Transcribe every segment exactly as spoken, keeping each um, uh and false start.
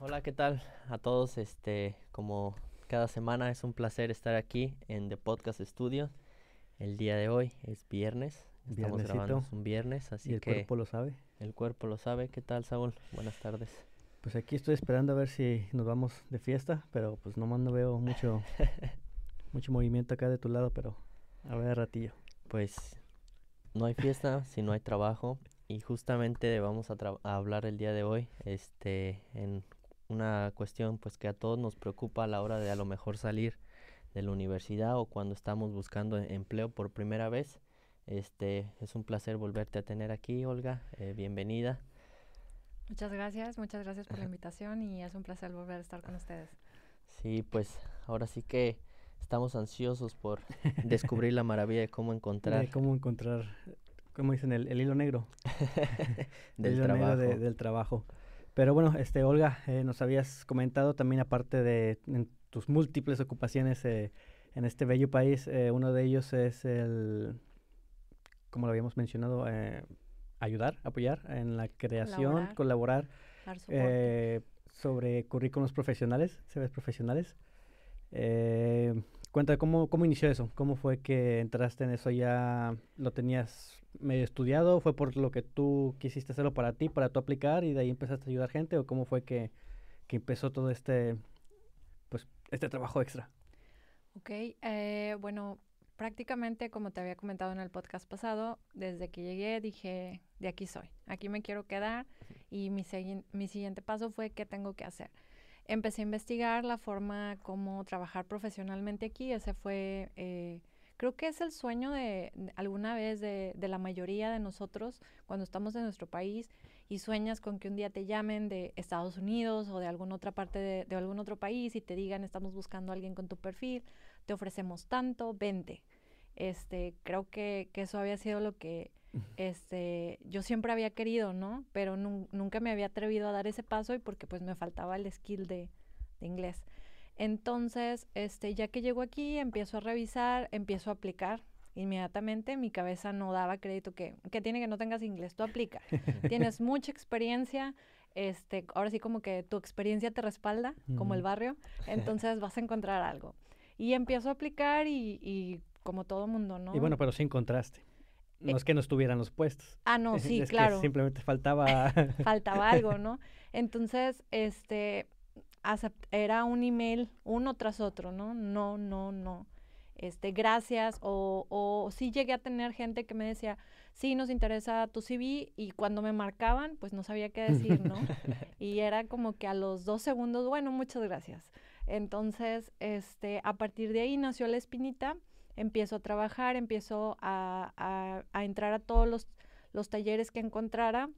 Hola, ¿qué tal a todos? Este, como cada semana es un placer estar aquí en The Podcast Studio. El día de hoy es viernes, estamos grabando, Viernesito, es un viernes, y así el que cuerpo lo sabe. el cuerpo lo sabe. ¿Qué tal, Saúl? Buenas tardes. Pues aquí estoy esperando a ver si nos vamos de fiesta, pero pues nomás no veo mucho, mucho movimiento acá de tu lado, pero a ver ratillo. Pues no hay fiesta si no hay trabajo y justamente vamos a, tra- a hablar el día de hoy, este, en una cuestión pues que a todos nos preocupa a la hora de a lo mejor salir de la universidad o cuando estamos buscando e- empleo por primera vez. Este, es un placer volverte a tener aquí, Olga. Eh, bienvenida. Muchas gracias, muchas gracias por la invitación y es un placer volver a estar con ustedes. Sí, pues ahora sí que estamos ansiosos por descubrir la maravilla de cómo De encontrar cómo encontrar, como dicen, el, el hilo negro, el del hilo negro de- trabajo. del trabajo. Pero bueno, este Olga, eh, nos habías comentado también aparte de en tus múltiples ocupaciones eh, en este bello país, eh, uno de ellos es el, como lo habíamos mencionado, eh, ayudar, apoyar en la creación, Colaborar, colaborar dar soporte. eh, sobre currículos profesionales, C Vs profesionales. Eh, Cuenta cómo, cómo inició eso, cómo fue que entraste en eso, ya lo tenías medio estudiado, fue por lo que tú quisiste hacerlo para ti, para tú aplicar y de ahí empezaste a ayudar gente o cómo fue que, que empezó todo este, pues, este trabajo extra. Ok, eh, bueno, prácticamente como te había comentado en el podcast pasado, desde que llegué dije, de aquí soy, aquí me quiero quedar y mi, segui- mi siguiente paso fue qué tengo que hacer. Empecé a investigar la forma como trabajar profesionalmente aquí, ese fue, eh, creo que es el sueño de, de alguna vez de, de la mayoría de nosotros cuando estamos en nuestro país y sueñas con que un día te llamen de Estados Unidos o de alguna otra parte de, de algún otro país y te digan estamos buscando a alguien con tu perfil, te ofrecemos tanto, vente. Este, creo que, que eso había sido lo que este, yo siempre había querido, ¿no? Pero nun- nunca me había atrevido a dar ese paso y porque pues me faltaba el skill de, de inglés. Entonces, este, ya que llego aquí, empiezo a revisar, empiezo a aplicar. Inmediatamente mi cabeza no daba crédito que, que tiene que no tengas inglés, tú aplica. Tienes mucha experiencia, este, ahora sí como que tu experiencia te respalda, como el Mm. barrio, entonces vas a encontrar algo. Y empiezo a aplicar y, y como todo mundo, Y ¿no? bueno, pero sí encontraste. No Eh, es que no estuvieran los puestos, ah, no, sí, es que claro, simplemente faltaba. faltaba algo, ¿no? Entonces, este, acept- era un email uno tras otro, ¿no? No, no, no. Este, gracias. O, o sí llegué a tener gente que me decía, sí, nos interesa tu C V, y cuando me marcaban, pues no sabía qué decir, ¿no? Y era como que a los dos segundos, bueno, muchas gracias. Entonces, este, a partir de ahí nació la espinita, empiezo a trabajar, empiezo a, a, a entrar a todos los, los talleres que encontrara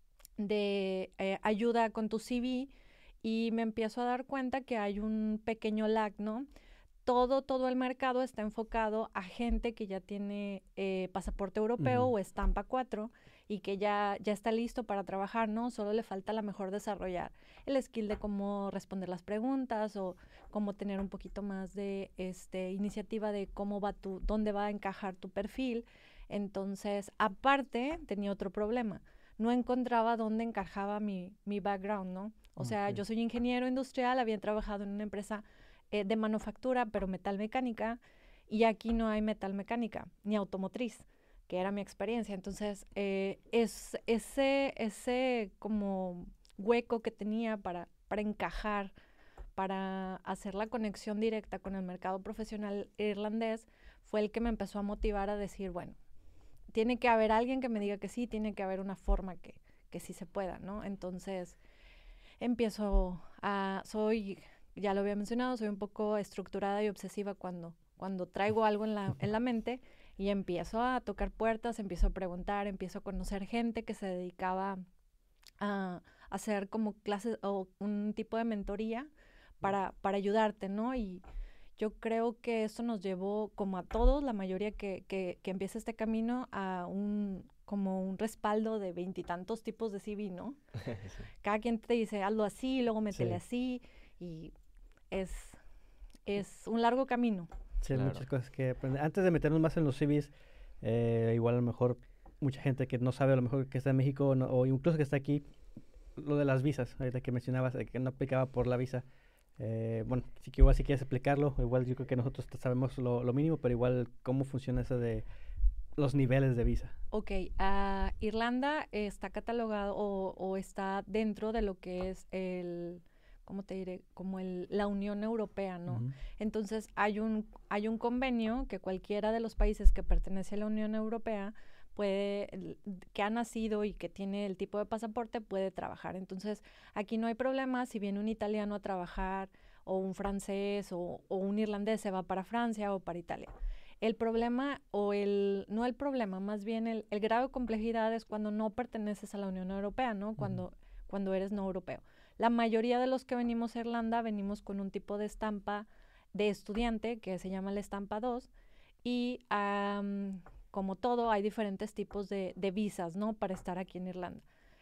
de eh, ayuda con tu C V y me empiezo a dar cuenta que hay un pequeño lag, ¿no? Todo, todo el mercado está enfocado a gente que ya tiene eh, pasaporte europeo Ujú. o estampa cuatro y que ya, ya está listo para trabajar, ¿no? Solo le falta a lo mejor desarrollar el skill de cómo responder las preguntas o cómo tener un poquito más de este, iniciativa de cómo va tu, dónde va a encajar tu perfil. Entonces, aparte, tenía otro problema. No encontraba dónde encajaba mi, mi background, ¿no? O sea, Ok. yo soy ingeniero industrial, había trabajado en una empresa eh, de manufactura, pero metalmecánica, y aquí no hay metalmecánica, ni automotriz, que era mi experiencia. Entonces, eh, es ese, ese como hueco que tenía para, para encajar, para hacer la conexión directa con el mercado profesional irlandés, fue el que me empezó a motivar a decir, bueno, tiene que haber alguien que me diga que sí, tiene que haber una forma que, que sí se pueda, ¿no? Entonces, empiezo a, soy, ya lo había mencionado, soy un poco estructurada y obsesiva cuando, cuando traigo algo en la, en la mente y empiezo a tocar puertas, empiezo a preguntar, empiezo a conocer gente que se dedicaba a hacer como clases o un tipo de mentoría para, para ayudarte, ¿no? Y yo creo que esto nos llevó, como a todos, la mayoría que, que, que empieza este camino, a un como un respaldo de veintitantos tipos de C V, ¿no? Sí. Cada quien te dice, hazlo así, luego métele Sí, así, y es, es un largo camino. sí, hay muchas Claro. cosas que aprender. Antes de meternos más en los C Vs, eh, igual a lo mejor mucha gente que no sabe, a lo mejor que está en México o, no- o incluso que está aquí, lo de las visas, ahorita que mencionabas eh, que no aplicaba por la visa. Eh, bueno, sí que igual si quieres explicarlo, igual yo creo que nosotros t- sabemos lo, lo mínimo, pero igual cómo funciona eso de los niveles de visa. Ok, ah, Irlanda está catalogado o, o está dentro de lo que es el, ¿cómo te diré? Como el, la Unión Europea, ¿no? Ujú. Entonces hay un, hay un convenio que cualquiera de los países que pertenece a la Unión Europea puede, el- que ha nacido y que tiene el tipo de pasaporte puede trabajar. Entonces aquí no hay problema si viene un italiano a trabajar o un francés o, o un irlandés se va para Francia o para Italia. El problema o el, no el problema, más bien el, el grado de complejidad es cuando no perteneces a la Unión Europea, ¿no? Ujú. Cuando, cuando eres no europeo. La mayoría de los que venimos a Irlanda venimos con un tipo de estampa de estudiante que se llama la estampa dos y am, como todo hay diferentes tipos de, de visas, ¿no? Para estar aquí en Irlanda.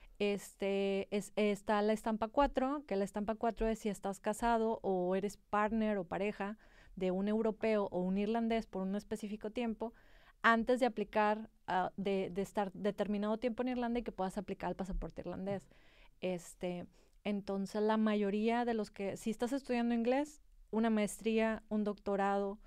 Este, es, está la estampa cuatro, que la estampa cuatro es si estás casado o eres partner o pareja de un europeo o un irlandés por un específico tiempo, antes de aplicar, uh, de, de estar determinado tiempo en Irlanda y que puedas aplicar el pasaporte irlandés. Este, entonces, la mayoría de los que, si estás estudiando inglés, una maestría, un doctorado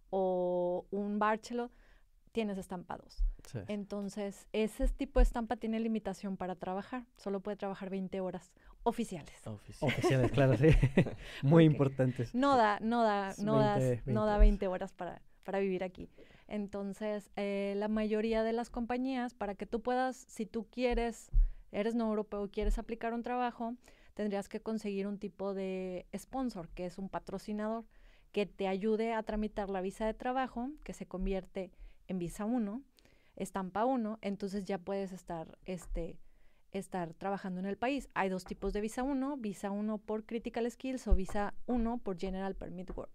o un bachelor, tienes estampados. Sí. Entonces, ese tipo de estampa tiene limitación para trabajar. Solo puede trabajar veinte horas oficiales. Oficial. Oficiales, claro, sí. Muy Ok. importantes. No da, no da, Es no das, veinte, no da horas. veinte horas para, para vivir aquí. Entonces, eh, la mayoría de las compañías, para que tú puedas, si tú quieres, eres no europeo y quieres aplicar un trabajo, tendrías que conseguir un tipo de sponsor, que es un patrocinador, que te ayude a tramitar la visa de trabajo, que se convierte en visa uno, estampa uno, entonces ya puedes estar, este, estar trabajando en el país. Hay dos tipos de visa uno, visa uno por Critical Skills o visa uno por General Permit Work.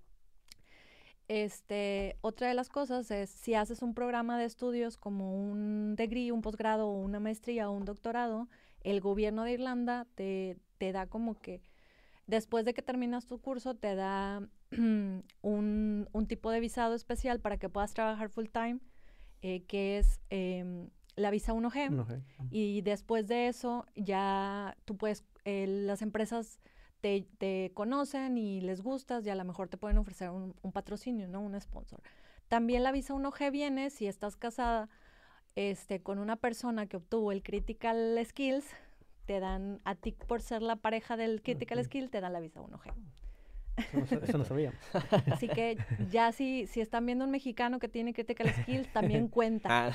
Este, otra de las cosas es si haces un programa de estudios como un degree, un posgrado o una maestría o un doctorado, el gobierno de Irlanda te, te da como que después de que terminas tu curso te da un, un tipo de visado especial para que puedas trabajar full time, eh, que es eh, la visa uno G. No sé. Y después de eso ya tú puedes, eh, las empresas te, te conocen y les gustas y a lo mejor te pueden ofrecer un, un patrocinio, ¿no? Un sponsor. También la visa uno G viene si estás casada este, con una persona que obtuvo el Critical Skills, te dan, a ti por ser la pareja del Critical Ok. Skill, te dan la visa uno G. Eso no, sa- eso no sabía. Así que ya si, si están viendo un mexicano que tiene Critical Skills, también cuenta. Ah.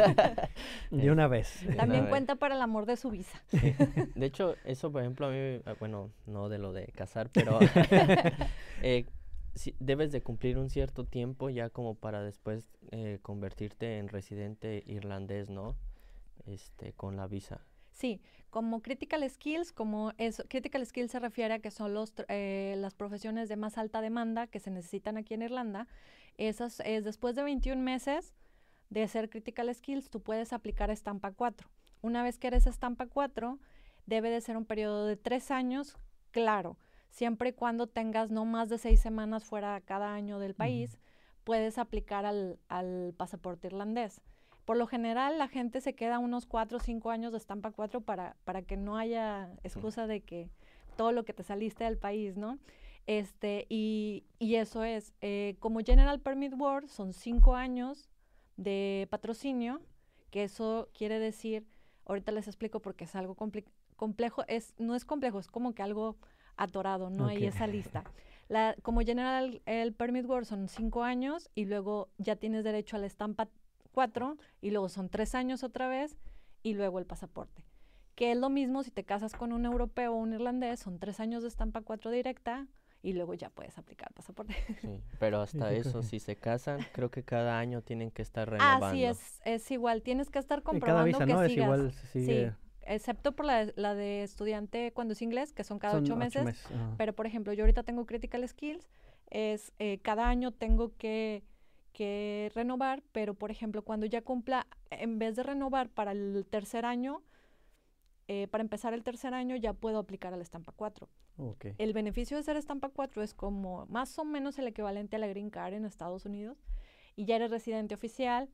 De una vez. También vez. cuenta para el amor de su visa. Sí. De hecho, eso, por ejemplo, a mí, eh, bueno, no de lo de casar, pero eh, sí, debes de cumplir un cierto tiempo ya como para después eh, convertirte en residente irlandés, ¿no? Este, con la visa. Sí, como Critical Skills, como eso, Critical Skills se refiere a que son los, tr- eh, las profesiones de más alta demanda que se necesitan aquí en Irlanda. Esas es después de veintiún meses de ser Critical Skills, tú puedes aplicar estampa cuatro. Una vez que eres estampa cuatro, debe de ser un periodo de tres años, claro, siempre y cuando tengas no más de seis semanas fuera cada año del país, puedes aplicar al, al pasaporte irlandés. Por lo general, la gente se queda unos cuatro o cinco años de estampa cuatro para, para que no haya excusa de que todo lo que te saliste del país, ¿no? Este, y, y eso es, eh, como General Permit Work, son cinco años de patrocinio, que eso quiere decir, ahorita les explico porque es algo compli- complejo, es, no es complejo, es como que algo atorado, no hay Ok. esa lista. La, como General el Permit Work son cinco años y luego ya tienes derecho a la estampa cuatro y luego son tres años otra vez y luego el pasaporte. Que es lo mismo si te casas con un europeo o un irlandés, son tres años de estampa cuatro directa y luego ya puedes aplicar el pasaporte. Sí, pero hasta sí, eso, creo que- si se casan, creo que cada año tienen que estar Ah, renovando. sí, es, es igual, tienes que estar En cada comprobando visa, que ¿no? Es sigas. igual, se sigue. Sí, excepto por la, de- la de estudiante cuando es inglés, que son cada Son ocho meses. ajá. Pero, por ejemplo, yo ahorita tengo Critical Skills, es eh, cada año tengo que, que renovar, pero, por ejemplo, cuando ya cumpla, en vez de renovar para el tercer año, eh, para empezar el tercer año ya puedo aplicar a la estampa cuatro. Ok. El beneficio de ser estampa cuatro es como más o menos el equivalente a la Green Card en Estados Unidos y ya eres residente oficial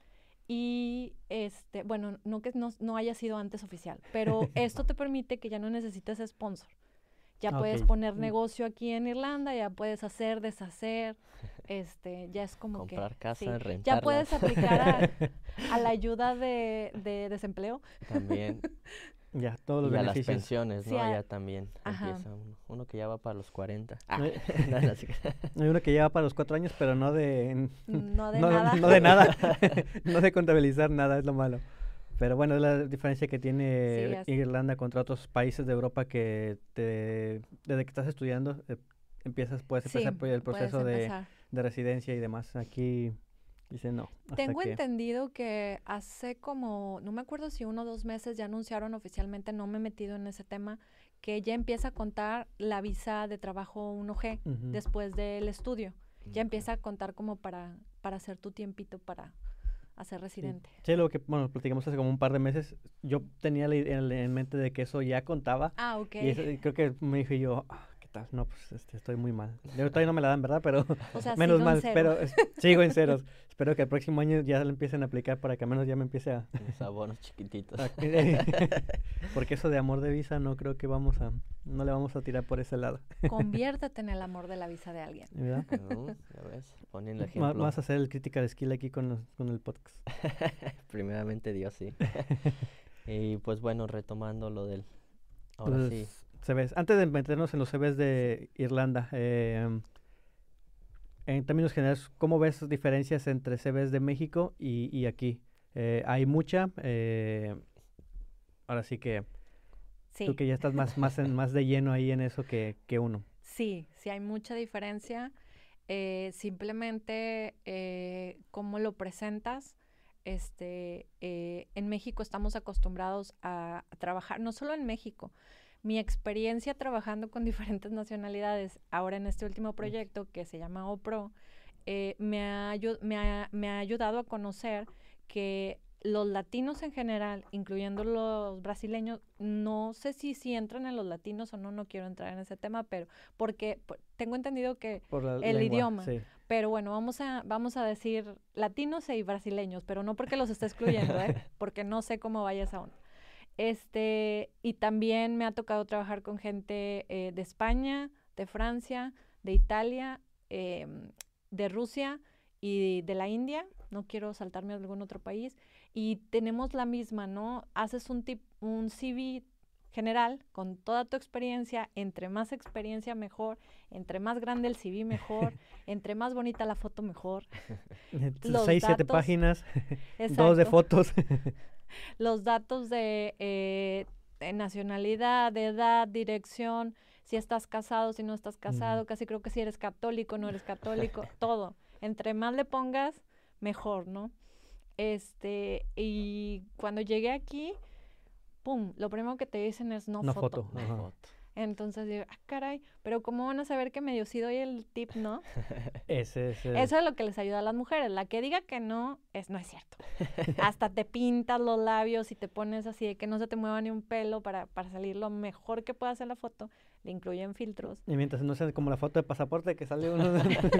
Y, este, bueno, no que no, no haya sido antes oficial, pero esto te permite que ya no necesites sponsor. Ya Ah, puedes ok. poner Mm. negocio aquí en Irlanda, ya puedes hacer, deshacer, este, ya es como que, Comprar sí, casa, ya rentarlas. puedes aplicar a, a la ayuda de, de desempleo. También. Ya, todos los Y a las beneficios. pensiones, Sí, ¿no? a- Ya también ajá. empieza uno. Uno que ya va para los cuarenta. No Ah, hay, no, no, sí. hay uno que lleva para los cuatro años, pero no de... No de no, nada. no de nada. No de contabilizar nada, es lo malo. Pero bueno, es la diferencia que Sí, tiene es- Irlanda contra otros países de Europa que te, desde que estás estudiando eh, empiezas, puedes Sí, empezar por el puedes proceso de, empezar. de residencia y demás. Aquí dicen no, hasta Tengo que... entendido que hace como, no me acuerdo si uno o dos meses ya anunciaron oficialmente, no me he metido en ese tema, que ya empieza a contar la visa de trabajo uno G Ujú. después del estudio. Ya Ok. empieza a contar como para, para hacer tu tiempito para hacer Sí. residente. Sí, lo que, bueno, platicamos hace como un par de meses. Yo tenía la idea en, en mente de que eso ya contaba. Ah, ok. Y, eso- y creo que me dije yo, "Ah, ¿qué tal? No, pues este, estoy muy mal. Yo todavía no me la dan, ¿verdad? Pero O sea, menos sigo en mal, cero. pero es- sigo en ceros. Espero que el próximo año ya lo empiecen a aplicar para que al menos ya me empiece a... Los abonos chiquititos. a- Porque eso de amor de visa no creo que vamos a... No le vamos a tirar por ese lado, Conviértete en el amor de la visa de alguien. ¿verdad? No, ya ves, ponen el Va- ejemplo. Vas a hacer el critical skill aquí con, los- con el podcast. Primeramente Dios, sí. Y pues bueno, retomando lo del... Ahora Los sí. C Vs. Antes de meternos en los C Vs de Irlanda, eh, en términos generales, ¿cómo ves diferencias entre C Vs de México y, y aquí? Eh, ¿hay mucha? Eh, ahora sí que Sí. tú que ya estás más, más, en- más de lleno ahí en eso que, que uno. Sí, sí hay mucha diferencia. Eh, simplemente eh, cómo lo presentas. Este, eh, en México estamos acostumbrados a, a trabajar, no solo en México. Mi experiencia trabajando con diferentes nacionalidades, ahora en este último proyecto que se llama OPRO, eh, me, ha, ayu- me, ha, me ha ayudado a conocer que los latinos en general, incluyendo los brasileños, no sé si, si entran en los latinos o no, no quiero entrar en ese tema, pero porque por- tengo entendido que, Por la El lengua, idioma. sí. pero bueno, vamos a, vamos a decir latinos y brasileños, pero no porque los esté excluyendo, ¿eh? Porque no sé cómo vaya esa onda. Este, y también me ha tocado trabajar con gente eh, de España, de Francia, de Italia, em, de Rusia y de la India. No quiero saltarme a algún otro país. Y tenemos la misma, ¿no? Haces un, tip, un C V general con toda tu experiencia. Entre más experiencia, mejor. Entre más grande el C V, mejor. Entre más bonita la foto, mejor. Los Seis, siete datos, páginas, dos de Exacto. fotos. Los datos de, eh, de nacionalidad, de edad, dirección, si estás casado, si no estás casado, Ujú. casi creo que si eres católico, no eres católico, todo. Entre más le pongas, mejor, ¿no? Este, y cuando llegué aquí, pum, lo primero que te dicen es no, No foto. foto. Una Ajá. foto. Entonces digo, ah, caray, pero ¿cómo van a saber que medio sí doy el tip, no? Ese es el- Eso es lo que les ayuda a las mujeres. La que diga que no, es no es cierto. Hasta te pintas los labios y te pones así de que no se te mueva ni un pelo para, para salir lo mejor que puedas en la foto. Le incluyen filtros. Y mientras no sea como la foto de pasaporte que sale uno...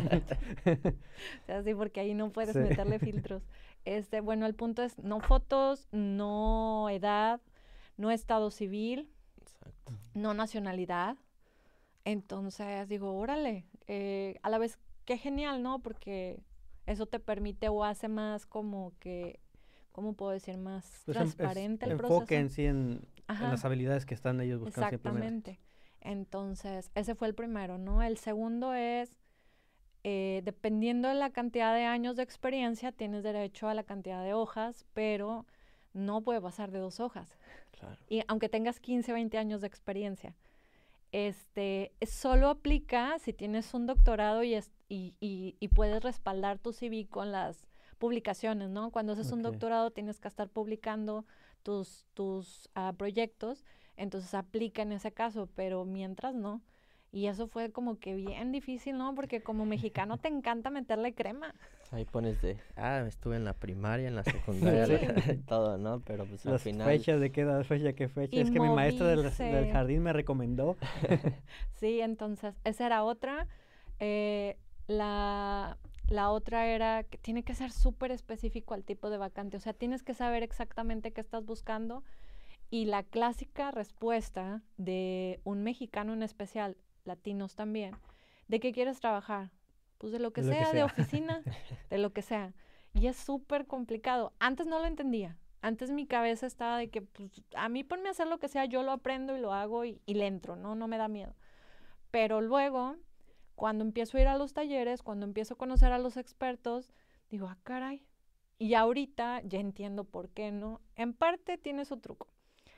O sea, sí, porque ahí no puedes Sí. meterle filtros. Este, bueno, el punto es no fotos, no edad, no estado civil, Exacto. no nacionalidad. Entonces digo, órale, eh, a la vez qué genial, ¿no? Porque eso te permite o hace más como que, ¿cómo puedo decir? Más Pues em- es- transparente el enfoque proceso. en sí en, en Ajá. las habilidades que están ellos buscando simplemente. Exactamente. Entonces, ese fue el primero, ¿no? El segundo es, eh, dependiendo de la cantidad de años de experiencia, tienes derecho a la cantidad de hojas, pero no puede pasar de dos hojas. Claro. Y aunque tengas quince, veinte años de experiencia. Este, solo aplica si tienes un doctorado y, es, y, y, y puedes respaldar tu C V con las publicaciones, ¿no? Cuando haces un Ok. doctorado tienes que estar publicando tus, tus uh, proyectos, entonces aplica en ese caso, pero mientras no. Y eso fue como que bien difícil, ¿no? Porque como mexicano te encanta meterle crema. Ahí pones de, ah, estuve en la primaria, en la secundaria, Sí. todo, ¿no? Pero pues al Las final... fechas de qué edad, fecha, qué fecha. Y Es que mi maestra del, del morirse. jardín me recomendó. Sí, entonces esa era otra. Eh, la, la otra era que tiene que ser súper específico al tipo de vacante. O sea, tienes que saber exactamente qué estás buscando. Y la clásica respuesta de un mexicano en especial, latinos también, ¿de qué quieres trabajar? Pues de lo que, De lo que sea, de sea. oficina, de lo que sea. Y es súper complicado. Antes no lo entendía. Antes mi cabeza estaba de que, pues, a mí ponme a hacer lo que sea, yo lo aprendo y lo hago y, y le entro, ¿no? No me da miedo. Pero luego, cuando empiezo a ir a los talleres, cuando empiezo a conocer a los expertos, digo, ah, caray. Y ahorita ya entiendo por qué, ¿no? En parte tiene su truco.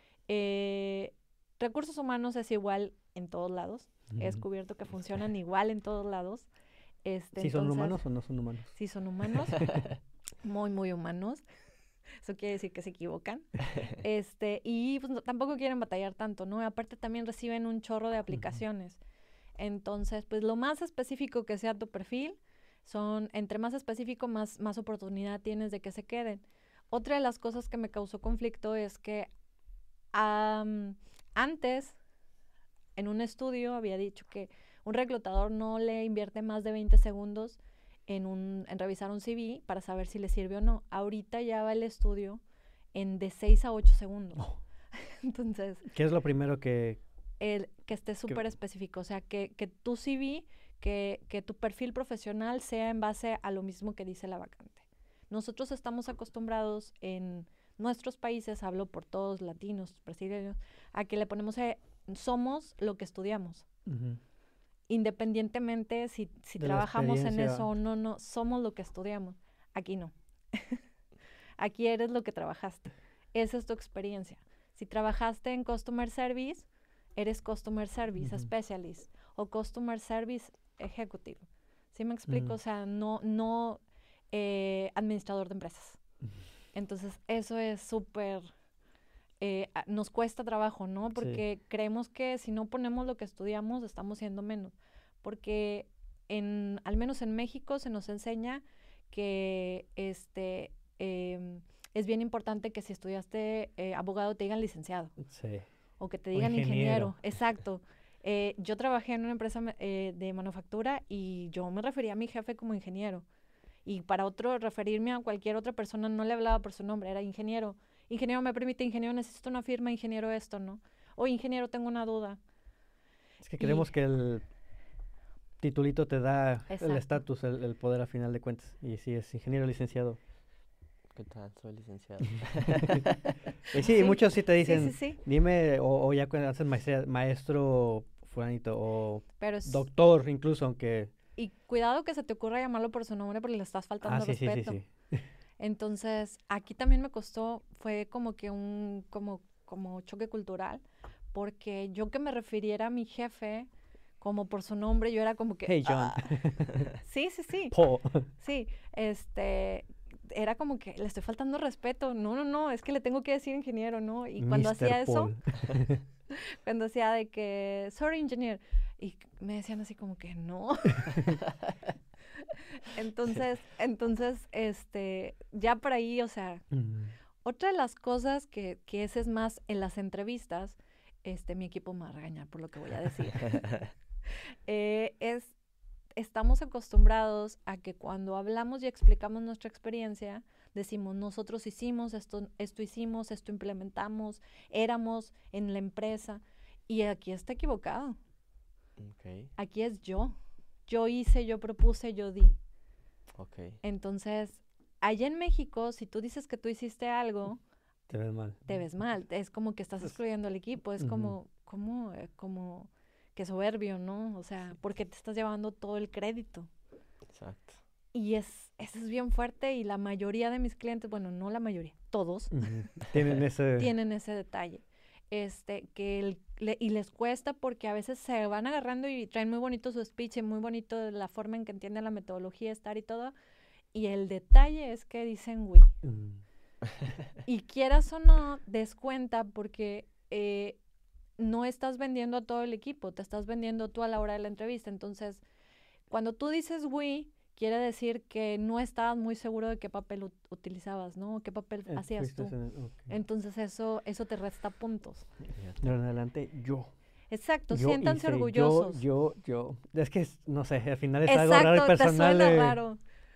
Eh, recursos humanos es igual en todos lados. He descubierto que funcionan igual en todos lados. Este, ¿Sí son entonces, humanos o no son humanos? Sí son humanos, muy, muy humanos. Eso quiere decir que se equivocan. Este, y pues, no, tampoco quieren batallar tanto, ¿no? Y aparte también reciben un chorro de aplicaciones. Entonces, pues lo más específico que sea tu perfil, son, entre más específico, más, más oportunidad tienes de que se queden. Otra de las cosas que me causó conflicto es que um, antes, en un estudio, había dicho que un reclutador no le invierte más de veinte segundos en, un, en revisar un C V para saber si le sirve o no. Ahorita ya va el estudio en de seis a ocho segundos. Oh. Entonces, ¿qué es lo primero que...? El, que esté súper específico, o sea, que, que tu C V, que, que tu perfil profesional sea en base a lo mismo que dice la vacante. Nosotros estamos acostumbrados en nuestros países, hablo por todos latinos, brasileños, a que le ponemos, eh, somos lo que estudiamos. Uh-huh. Independientemente si, si trabajamos en eso o no, no, somos lo que estudiamos. Aquí no. Aquí eres lo que trabajaste. Esa es tu experiencia. Si trabajaste en Customer Service, eres Customer Service uh-huh. Specialist o Customer Service Executive. ¿Sí me explico? Uh-huh. O sea, no, no eh, administrador de empresas. Uh-huh. Entonces, eso es súper... Eh, nos cuesta trabajo, ¿no? Porque sí. creemos que si no ponemos lo que estudiamos, estamos siendo menos. Porque, en, al menos en México, se nos enseña que este, eh, es bien importante que si estudiaste eh, abogado te digan licenciado. Sí. O que te digan ingeniero. ingeniero. Exacto. Eh, yo trabajé en una empresa eh, de manufactura y yo me refería a mi jefe como ingeniero. Y para otro, referirme a cualquier otra persona, no le hablaba por su nombre, era ingeniero. Ingeniero, me permite, ingeniero, necesito una firma, ingeniero, esto, ¿no? O ingeniero, tengo una duda. Es que creemos y... que el titulito te da Exacto. el estatus, el, el poder a final de cuentas. Y sí, es ingeniero licenciado. ¿Qué tal? Soy licenciado. y sí, sí, muchos sí te dicen, sí, sí, sí. dime, o, o ya cuando haces maestría, maestro fulanito, o Pero es... doctor incluso, aunque... Y cuidado que se te ocurra llamarlo por su nombre porque le estás faltando ah, sí, respeto. Sí, sí, sí. Entonces, aquí también me costó, fue como que un como, como choque cultural, porque yo que me refiriera a mi jefe como por su nombre, yo era como que... Hey, John. Ah. Sí, sí, sí. Paul. Sí, este... Era como que le estoy faltando respeto. No, no, no, es que le tengo que decir ingeniero, ¿no? Y cuando mister hacía Paul. eso, cuando hacía de que, sorry, engineer, y me decían así como que no. Entonces, entonces, este, ya por ahí, o sea, mm. otra de las cosas que, que ese es más en las entrevistas, este, mi equipo me va a regañar por lo que voy a decir, eh, es, estamos acostumbrados a que cuando hablamos y explicamos nuestra experiencia, decimos, nosotros hicimos esto, esto hicimos, esto implementamos, éramos en la empresa, y aquí está equivocado. Okay. Aquí es yo. Yo hice, yo propuse, yo di. Okay. Entonces, allá en México, si tú dices que tú hiciste algo, te ves mal. Te ves mal. Es como que estás excluyendo al equipo. Es uh-huh. como, como, eh, como que soberbio, ¿no? O sea, porque te estás llevando todo el crédito. Exacto. Y es, eso es bien fuerte y la mayoría de mis clientes, bueno, no la mayoría, todos, uh-huh. tienen ese tienen ese detalle. Este, que el, le, y les cuesta porque a veces se van agarrando y traen muy bonito su speech y muy bonito la forma en que entienden la metodología, estar y todo, y el detalle es que dicen we. Mm. Y quieras o no, des cuenta porque eh, no estás vendiendo a todo el equipo, te estás vendiendo tú a la hora de la entrevista. Entonces, cuando tú dices we, quiere decir que no estabas muy seguro de qué papel ut- utilizabas, ¿no? ¿Qué papel eh, hacías tú? En, okay. Entonces eso eso te resta puntos. De en adelante, yo. Exacto, yo siéntanse hice, orgullosos. Yo, yo, yo. Es que, no sé, al final es Exacto, algo raro y personal. Te suena de... raro.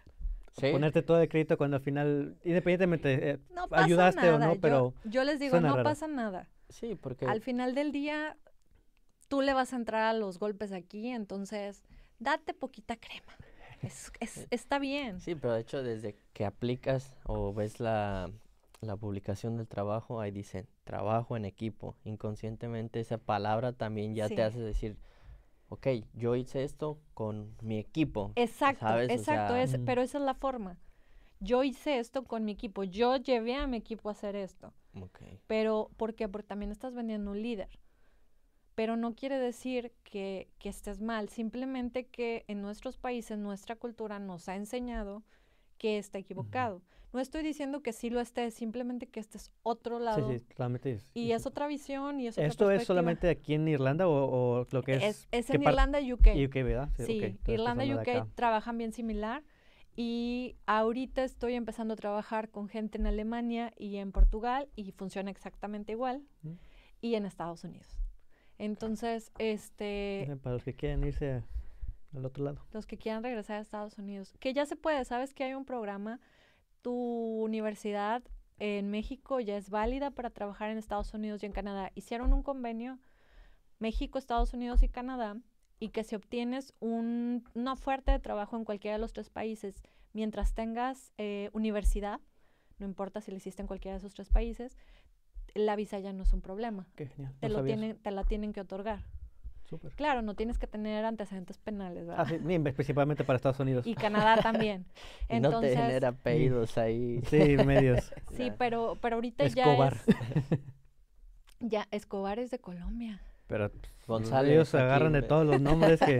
Sí. ponerte todo el crédito cuando al final, independientemente, eh, No pasa ayudaste o nada. no, Yo- pero yo, les digo, suena no raro. pasa nada. Sí, porque Al final del día, tú le vas a entrar a los golpes aquí, entonces date poquita crema. Es, es- está bien. sí, pero de hecho desde que aplicas o ves la, la publicación del trabajo, ahí dicen trabajo en equipo. Inconscientemente esa palabra también ya Sí. te hace decir, ok, yo hice esto con mi equipo, Exacto, ¿sabes? O exacto, sea, es, Mm. pero esa es la forma. Yo hice esto con mi equipo, yo llevé a mi equipo a hacer esto, ok, pero ¿por qué? Porque también estás vendiendo un líder. Pero no quiere decir que, que estés mal, simplemente que en nuestros países, nuestra cultura nos ha enseñado que está equivocado. No estoy diciendo que sí lo estés, simplemente que este es otro sí, lado sí, totalmente. es- y es- es otra visión y es otra ¿Esto es perspectiva. solamente aquí en Irlanda o, o lo que es? Es, es qué en par- Irlanda y U K. U K, ¿verdad? Sí, ok, entonces estás Irlanda y hablando U de K acá. trabajan bien similar y ahorita estoy empezando a trabajar con gente en Alemania y en Portugal y funciona exactamente igual Mm. y en Estados Unidos. Entonces, este, Eh, Para los que quieren irse al otro lado. los que quieran regresar a Estados Unidos, que ya se puede, sabes que hay un programa, tu universidad en México ya es válida para trabajar en Estados Unidos y en Canadá. Hicieron un convenio México, Estados Unidos y Canadá, y que si obtienes un, una oferta de trabajo en cualquiera de los tres países, mientras tengas eh, universidad, no importa si lo hiciste en cualquiera de esos tres países, la visa ya no es un problema. Qué genial. Te, no lo sabía eso. tienen, te la tienen que otorgar. Súper. Claro, no tienes que tener antecedentes penales, ¿verdad? Ah, sí, ni- principalmente para Estados Unidos. Y Canadá también. y no te Entonces, genera apellidos ahí. Sí, medios. sí, Nah. pero, pero ahorita Escobar. ya es... Ya, Escobar es de Colombia. Pero pues, González ellos se aquí, agarran de ve. todos los nombres que...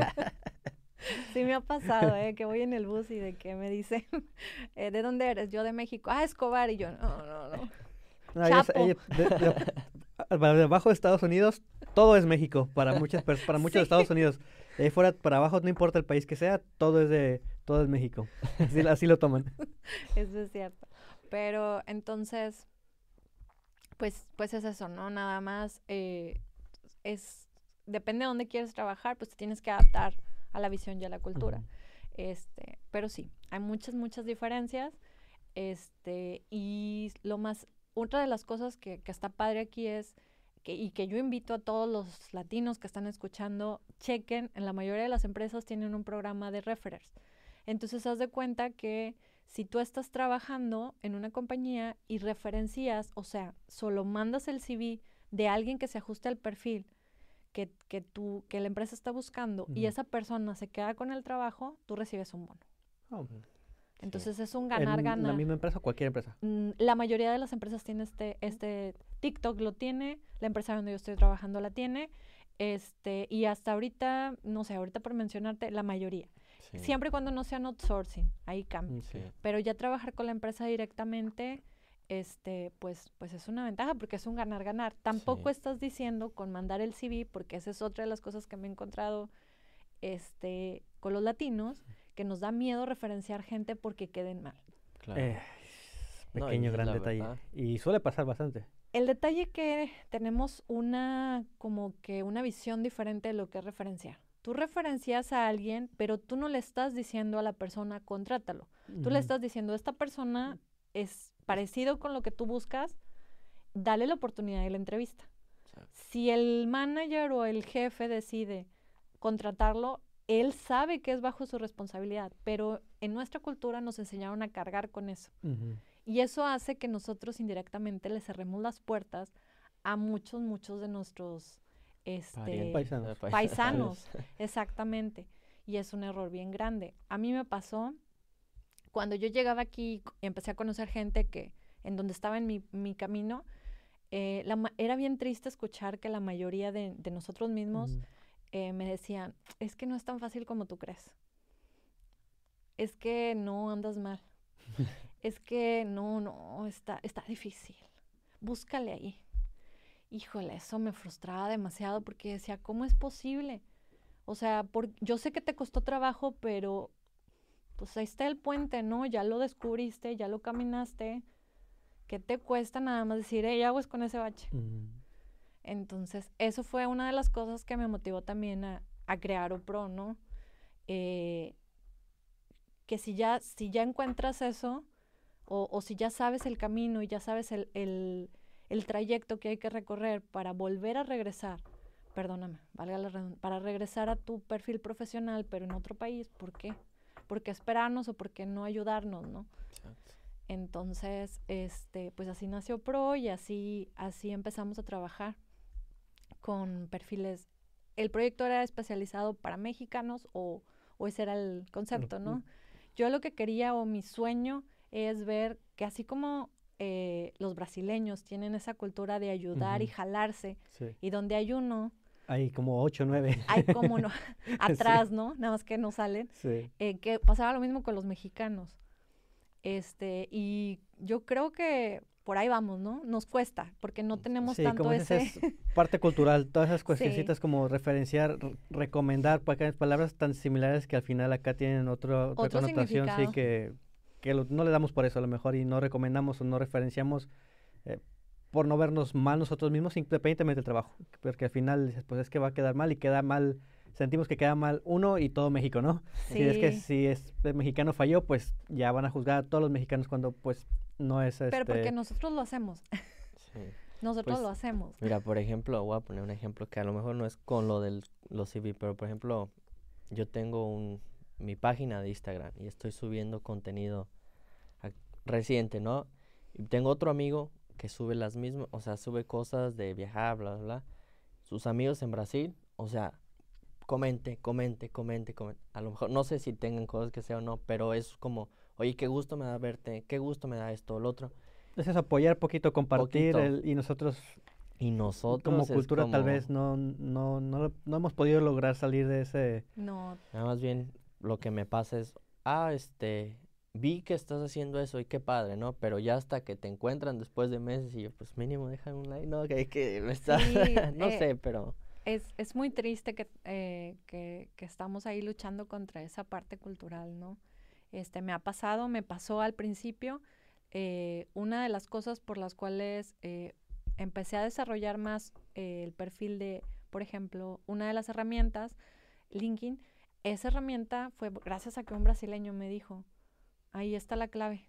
Sí me ha pasado, ¿eh? Que voy en el bus y de que me dicen, eh, ¿de dónde eres? Yo de México. Ah, Escobar. Y yo, no, no, no. No, ellos- Chapo. ellos- de- de- para debajo de Estados Unidos, todo es México. Para muchas pers- para muchos de Sí. Estados Unidos. De ahí fuera, para abajo, no importa el país que sea, todo es de todo es México. Así, así lo toman. Eso es cierto. Pero entonces, pues, pues es eso, ¿no? Nada más eh, es, depende de dónde quieres trabajar, pues te tienes que adaptar a la visión y a la cultura. Ujú. Este, pero sí, hay muchas, muchas diferencias. Este, y lo más, otra de las cosas que, que está padre aquí es que, y que yo invito a todos los latinos que están escuchando, chequen, en la mayoría de las empresas tienen un programa de referrers. Entonces, haz de cuenta que si tú estás trabajando en una compañía y referencias, o sea, solo mandas el C V de alguien que se ajuste al perfil que, que, tú, que la empresa está buscando y Ujú. esa persona se queda con el trabajo, tú recibes un bono. Oh, Entonces es un ¿en ganar-ganar. la misma empresa o cualquier empresa? Mm, La mayoría de las empresas tiene este, este, TikTok lo tiene, la empresa donde yo estoy trabajando la tiene, este, y hasta ahorita, no sé, ahorita por mencionarte, la mayoría. Sí, Siempre y cuando no sean outsourcing, ahí cambia. Mm, sí. Pero ya trabajar con la empresa directamente, este, pues, pues es una ventaja porque es un ganar-ganar. Tampoco Sí. estás diciendo con mandar el C V, porque esa es otra de las cosas que me he encontrado este, con los latinos, que nos da miedo referenciar gente porque queden mal. Claro. Eh, No, y pequeño, es gran la detalle. verdad. Y suele pasar bastante. El detalle que tenemos una, como que una visión diferente de lo que es referenciar. Tú referencias a alguien, pero tú no le estás diciendo a la persona, contrátalo. Tú le Ujú. estás diciendo, esta persona es parecido con lo que tú buscas, dale la oportunidad de la entrevista. Exacto. Si el manager o el jefe decide contratarlo, él sabe que es bajo su responsabilidad, pero en nuestra cultura nos enseñaron a cargar con eso. Ujú. Y eso hace que nosotros indirectamente le cerremos las puertas a muchos, muchos de nuestros este, Parientes, Paisanos. eh, paisanos. Exactamente. Y es un error bien grande. A mí me pasó cuando yo llegaba aquí y empecé a conocer gente que en donde estaba en mi, mi camino, eh, la ma- era bien triste escuchar que la mayoría de, de nosotros mismos Ujú. eh, me decían, es que no es tan fácil como tú crees. Es que no andas mal. Es que no, no, está, está difícil. Búscale ahí. Híjole, eso me frustraba demasiado porque decía, ¿cómo es posible? O sea, por, yo sé que te costó trabajo, pero pues ahí está el puente, ¿no? Ya lo descubriste, ya lo caminaste. ¿Qué te cuesta nada más decir, hey, aguas con ese bache? Ujú. Entonces, eso fue una de las cosas que me motivó también a, a crear OPRO, ¿no? Eh, que si ya, si ya encuentras eso, o, o si ya sabes el camino y ya sabes el, el, el trayecto que hay que recorrer para volver a regresar, perdóname, valga la redundancia, para regresar a tu perfil profesional, pero en otro país, ¿por qué? ¿Por qué esperarnos o por qué no ayudarnos, no? Exacto. Entonces, este, pues así nació Pro y así, así empezamos a trabajar con perfiles. El proyecto era especializado para mexicanos o, o ese era el concepto, ¿no? Yo lo que quería o mi sueño es ver que así como eh, los brasileños tienen esa cultura de ayudar Ujú. y jalarse, Sí. y donde hay uno, Hay como ocho, nueve. hay como uno atrás, ¿no? Nada más que no salen. Sí. Eh, que pasaba lo mismo con los mexicanos. Este, y yo creo que por ahí vamos, ¿no? Nos cuesta, porque no tenemos Sí, tanto como ese ese... es parte cultural, todas esas Sí. cuestioncitas como referenciar, r- recomendar, pa- palabras tan similares que al final acá tienen otro, otra Otro connotación, sí, significado. que, que lo- no le damos por eso a lo mejor y no recomendamos o no referenciamos eh, por no vernos mal nosotros mismos, independientemente del trabajo, porque al final dices, pues es que va a quedar mal y queda mal, sentimos que queda mal uno y todo México, ¿no? Si es que Sí, si es el mexicano falló, pues ya van a juzgar a todos los mexicanos cuando pues no es pero porque este... nosotros lo hacemos. Sí. Nosotros Pues, lo hacemos. mira, por ejemplo, voy a poner un ejemplo que a lo mejor no es con lo del los C V, pero por ejemplo, yo tengo un mi página de Instagram y estoy subiendo contenido ac- reciente, ¿no? Y tengo otro amigo que sube las mismas, o sea, sube cosas de viajar, bla, bla, bla. Sus amigos en Brasil, o sea, comente, comente, comente, comente. A lo mejor, no sé si tengan cosas que sea o no, pero es como, oye, qué gusto me da verte, qué gusto me da esto o lo otro. Es eso, apoyar poquito, compartir Poquito. el, y nosotros Y como nosotros es cultura tal como, vez no, no, no, lo- no hemos podido lograr salir de ese... No, nada más bien lo que me pasa es, ah, este, vi que estás haciendo eso y qué padre, ¿no? Pero ya hasta que te encuentran después de meses y yo, pues mínimo déjame un like, ¿no? Que, que me está, sí, no eh, sé, pero es, es muy triste que, eh, que, que estamos ahí luchando contra esa parte cultural, ¿no? Este, me ha pasado, me pasó al principio. Eh, una de las cosas por las cuales eh, empecé a desarrollar más eh, el perfil de, por ejemplo, una de las herramientas, LinkedIn, esa herramienta fue gracias a que un brasileño me dijo, ahí está la clave,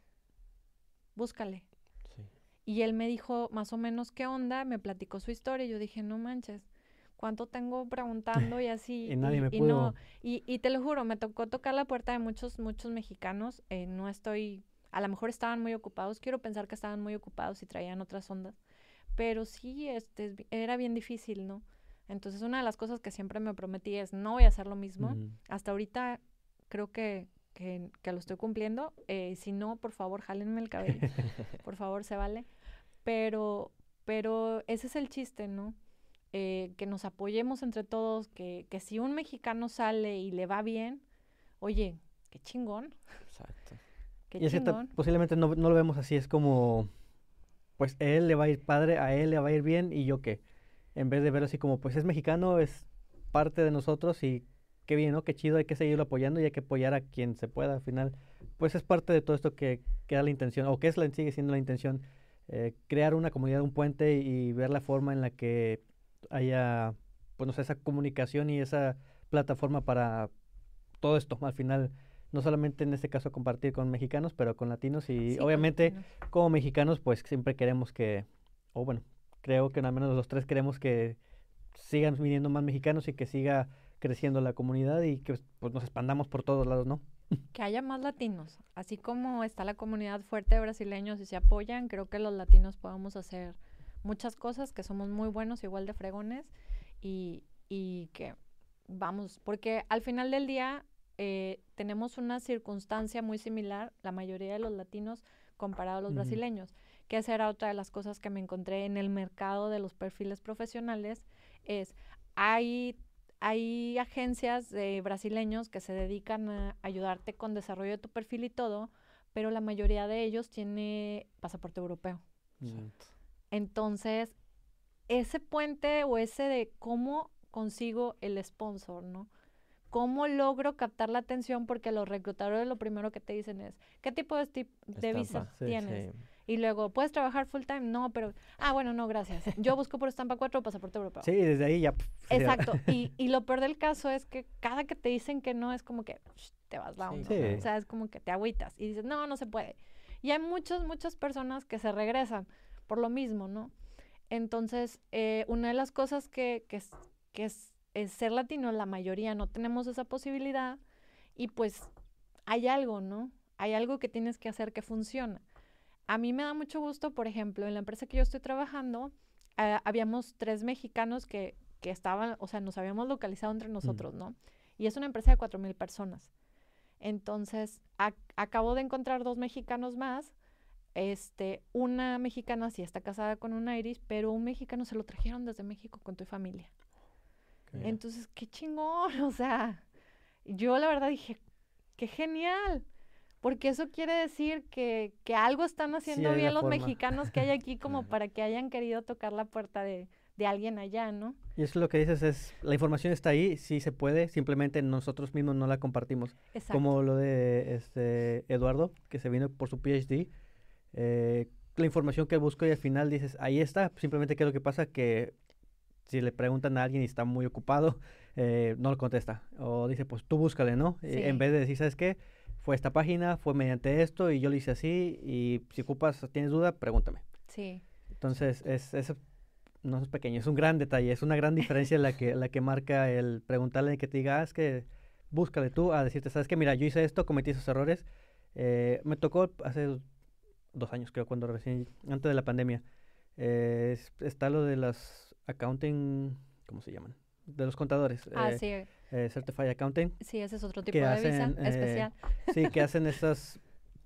búscale. sí. Y él me dijo más o menos qué onda, me platicó su historia y yo dije, no manches, ¿cuánto tengo preguntando y así? Y nadie Y, me y no, pudo... y, y te lo juro, me tocó tocar la puerta de muchos, muchos mexicanos, eh, no estoy, a lo mejor estaban muy ocupados, quiero pensar que estaban muy ocupados y traían otras ondas, pero sí, este, es bi- era bien difícil, ¿no? Entonces una de las cosas que siempre me prometí es no voy a hacer lo mismo, Ujú. hasta ahorita creo que, que, que lo estoy cumpliendo, eh, si no, por favor, jálenme el cabello, por favor, se vale. Pero, pero ese es el chiste, ¿no? Eh, que nos apoyemos entre todos, que, que si un mexicano sale y le va bien, oye, qué chingón, Exacto. qué Y es que ta- chingón. posiblemente no, no lo vemos así, es como, pues a él le va a ir padre, a él le va a ir bien y yo qué. En vez de verlo así como, pues es mexicano, es parte de nosotros y qué bien, ¿no? Qué chido, hay que seguirlo apoyando y hay que apoyar a quien se pueda. Al final, pues es parte de todo esto que, que da la intención, o que es la, sigue siendo la intención, eh, crear una comunidad, un puente y ver la forma en la que haya, pues no sé, esa comunicación y esa plataforma para todo esto. Al final, no solamente en este caso compartir con mexicanos, pero con latinos y Sí, con obviamente latinos. como mexicanos, pues siempre queremos que, o bueno, creo que al menos los tres queremos que sigan viniendo más mexicanos y que siga creciendo la comunidad y que pues nos expandamos por todos lados, ¿no? Que haya más latinos. Así como está la comunidad fuerte de brasileños y se apoyan, creo que los latinos podemos hacer muchas cosas, que somos muy buenos, igual de fregones, y, y que vamos, porque al final del día eh, tenemos una circunstancia muy similar, la mayoría de los latinos, comparado a los Ujú. brasileños, que esa era otra de las cosas que me encontré en el mercado de los perfiles profesionales, es, hay hay agencias de brasileños que se dedican a ayudarte con desarrollo de tu perfil y todo, pero la mayoría de ellos tiene pasaporte europeo. Mm. Exacto. Entonces, ese puente o ese de cómo consigo el sponsor, ¿no? ¿Cómo logro captar la atención? Porque los reclutadores lo primero que te dicen es, ¿qué tipo de, esti- de visa Estampa. Sí. tienes? Sí. Y luego, ¿puedes trabajar full time? No, pero, ah, bueno, no, gracias. Yo busco por estampa cuatro o pasaporte europeo. Sí, desde ahí ya. pf, se cierra. Exacto. Y, y lo peor del caso es que cada que te dicen que no es como que "Shh, te vas down, Sí, ¿no? sí. O sea, es como que te agüitas y dices, no, no se puede. Y hay muchas, muchas personas que se regresan por lo mismo, ¿no? Entonces, eh, una de las cosas que, que, es, que es, es ser latino, la mayoría no tenemos esa posibilidad y pues hay algo, ¿no? Hay algo que tienes que hacer que funcione. A mí me da mucho gusto, por ejemplo, en la empresa que yo estoy trabajando, eh, habíamos tres mexicanos que, que estaban, o sea, nos habíamos localizado entre nosotros, Mm. ¿no? Y es una empresa de cuatro mil personas. Entonces, ac- acabo de encontrar dos mexicanos más. Este, una mexicana sí está casada con un Irish, pero un mexicano se lo trajeron desde México con tu familia. Mira. Entonces, qué chingón, o sea, yo la verdad dije, qué genial, porque eso quiere decir que, que algo están Sí, haciendo hay bien una los forma. mexicanos que hay aquí como Claro. para que hayan querido tocar la puerta de, de alguien allá, ¿no? Y eso lo que dices es, la información está ahí, sí se puede, simplemente nosotros mismos no la compartimos. Exacto. Como lo de este Eduardo, que se vino por su PhD, eh, la información que busco y al final dices, ahí está, simplemente qué es lo que pasa, que si le preguntan a alguien y está muy ocupado, eh, no lo contesta. O dice, pues tú búscale, ¿no? Eh, en Sí. vez de decir, ¿sabes qué? Fue esta página, fue mediante esto y yo lo hice así y si ocupas, tienes duda, pregúntame. Sí, Entonces, es, es, no es pequeño, es un gran detalle, es una gran diferencia la que, la que marca el preguntarle que te diga, ah, es que búscale tú, a decirte, ¿sabes qué? Mira, yo hice esto, cometí esos errores. Eh, me tocó hace dos años, creo, cuando recién, antes de la pandemia. Eh, es- está lo de las accounting, ¿cómo se llaman? De los contadores, ah, eh, sí, eh, Certified Accounting, sí, ese es otro tipo que de visa hacen, eh, especial. sí, que hacen esas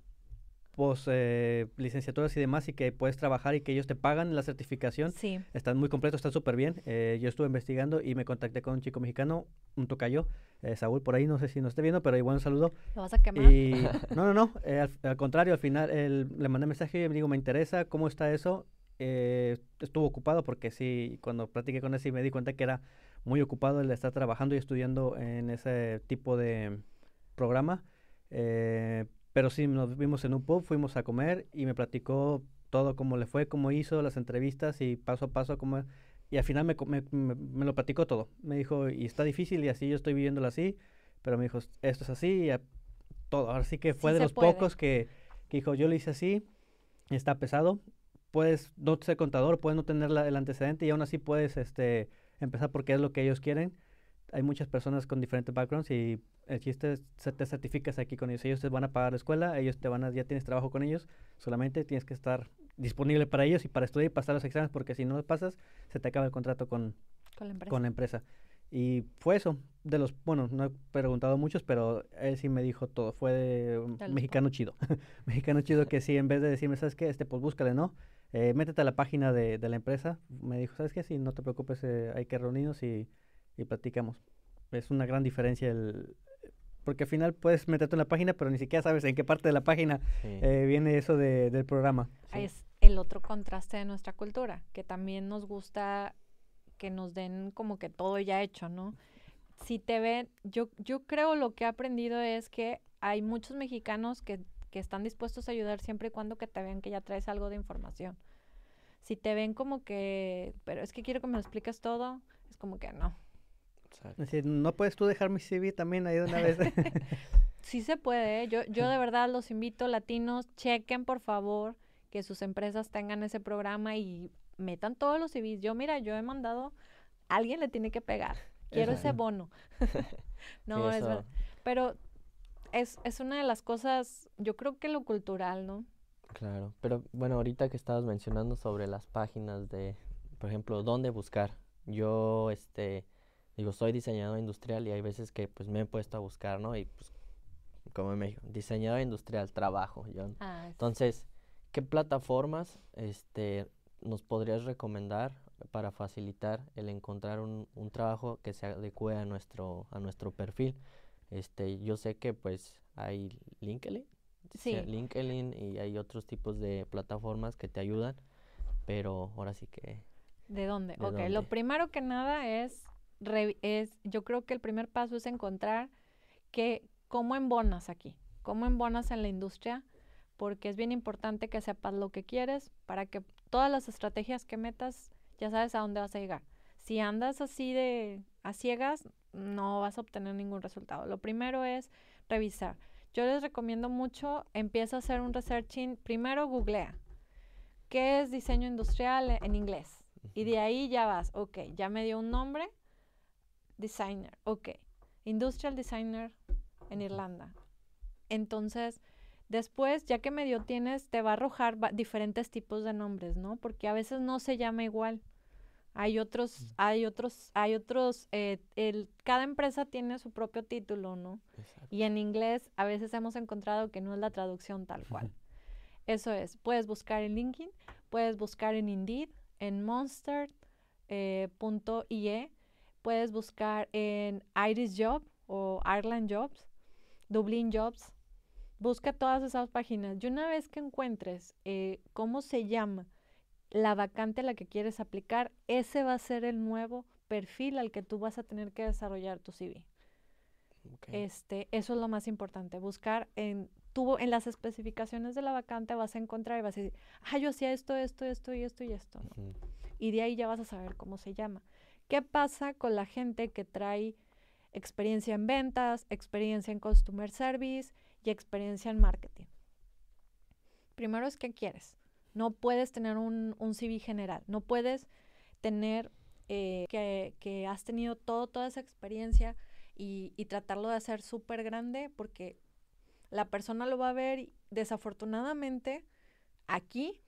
pos, eh, licenciaturas y demás y que puedes trabajar y que ellos te pagan la certificación. Sí, Están muy completos, están súper bien. Eh, yo estuve investigando y me contacté con un chico mexicano, un tocayo, eh, Saúl, por ahí, no sé si nos esté viendo, pero igual un saludo. ¿lo vas a quemar? Y no, no, no, eh, al, al contrario, al final él, le mandé mensaje y me digo, me interesa, ¿cómo está eso? Eh, estuvo ocupado porque sí, cuando platiqué con él sí me di cuenta que era muy ocupado el estar trabajando y estudiando en ese tipo de programa. Eh, pero sí, nos vimos en un pub, fuimos a comer y me platicó todo cómo le fue, cómo hizo las entrevistas y paso a paso cómo... Y al final me, co- me, me- me lo platicó todo. Me dijo, y está difícil y así yo estoy viviéndolo así, pero me dijo, esto es así y a- todo. Ahora sí que fue Sí de se los puede. pocos que, que dijo, yo lo hice así, está pesado, puedes no ser contador, puedes no tener la- el antecedente y aún así puedes este, empezar porque es lo que ellos quieren. Hay muchas personas con diferentes backgrounds y el chiste es se- te certificas aquí con ellos. Ellos te van a pagar la escuela, ellos te van a, ya tienes trabajo con ellos, solamente tienes que estar disponible para ellos y para estudiar y pasar los exámenes porque si no los pasas, se te acaba el contrato con, Con la empresa. con la empresa. Y fue eso, de los, bueno, no he preguntado muchos, pero él sí me dijo todo, fue de un De los mexicano chido, mexicano chido que sí, en vez de decirme, ¿sabes qué? Este, pues búscale, ¿no? Eh, métete a la página de, de la empresa, me dijo, ¿sabes qué? Sí, no te preocupes, eh, hay que reunirnos y, y platicamos. Es una gran diferencia el... Porque al final puedes meterte en la página, pero ni siquiera sabes en qué parte de la página Sí. eh, viene eso de, del programa. Ahí Sí. es el otro contraste de nuestra cultura, que también nos gusta que nos den como que todo ya hecho, ¿no? Si te ven, yo, yo creo lo que he aprendido es que hay muchos mexicanos que, que están dispuestos a ayudar siempre y cuando que te vean que ya traes algo de información. Si te ven como que, pero es que quiero que me lo expliques todo, es como que no. Exacto. Es decir, ¿no puedes tú dejar mi C V también ahí de una vez? Sí se puede, ¿eh? Yo, yo de verdad los invito, latinos, chequen por favor que sus empresas tengan ese programa y metan todos los C Vs. Yo, mira, yo he mandado, alguien le tiene que pegar. Quiero ese Exacto. bono. No, Sí, es eso, verdad. Pero es, es una de las cosas, yo creo que lo cultural, ¿no? claro. Pero bueno, ahorita que estabas mencionando sobre las páginas de, por ejemplo, dónde buscar. Yo, este, digo, soy diseñador industrial y hay veces que pues me he puesto a buscar, ¿no? Y pues, como en México, diseñador industrial, trabajo. Yo, Ah, es- entonces, ¿qué plataformas, este, nos podrías recomendar para facilitar el encontrar un, un trabajo que se adecue a nuestro, a nuestro perfil? Este, yo sé que pues hay LinkedIn, sí, sí, LinkedIn y hay otros tipos de plataformas que te ayudan, pero ahora sí que, ¿de dónde? ¿de Ok, lo dónde? primero que nada es, revi- es, yo creo que el primer paso es encontrar que cómo embonas aquí, cómo embonas en la industria, porque es bien importante que sepas lo que quieres para que todas las estrategias que metas ya sabes a dónde vas a llegar. Si andas así de a ciegas, no vas a obtener ningún resultado. Lo primero es revisar. Yo les recomiendo mucho, empieza a hacer un researching, primero googlea, ¿qué es diseño industrial en inglés? Y de ahí ya vas, ok, ya me dio un nombre, designer, ok, industrial designer en Irlanda. Entonces, después, ya que medio tienes, te va a arrojar diferentes tipos de nombres, ¿no? Porque a veces no se llama igual. Hay otros, mm. hay otros, hay otros, eh, el, cada empresa tiene su propio título, ¿no? Exacto. Y en inglés a veces hemos encontrado que no es la traducción tal cual. Eso es, puedes buscar en LinkedIn, puedes buscar en Indeed, en Monster, eh, punto I E, puedes buscar en Irish Job o Ireland Jobs, Dublin Jobs. Busca todas esas páginas y una vez que encuentres eh, cómo se llama la vacante a la que quieres aplicar, ese va a ser el nuevo perfil al que tú vas a tener que desarrollar tu C V. Okay. Este, eso es lo más importante, buscar en, tú, en las especificaciones de la vacante vas a encontrar y vas a decir, ah, yo hacía esto, esto, esto y esto y esto, ¿no? Uh-huh. Y de ahí ya vas a saber cómo se llama. ¿Qué pasa con la gente que trae experiencia en ventas, experiencia en customer service y experiencia en marketing? Primero es, ¿qué quieres? No puedes tener un, un C V general, no puedes tener eh, que, que has tenido todo, toda esa experiencia y, y tratarlo de hacer súper grande porque la persona lo va a ver y desafortunadamente aquí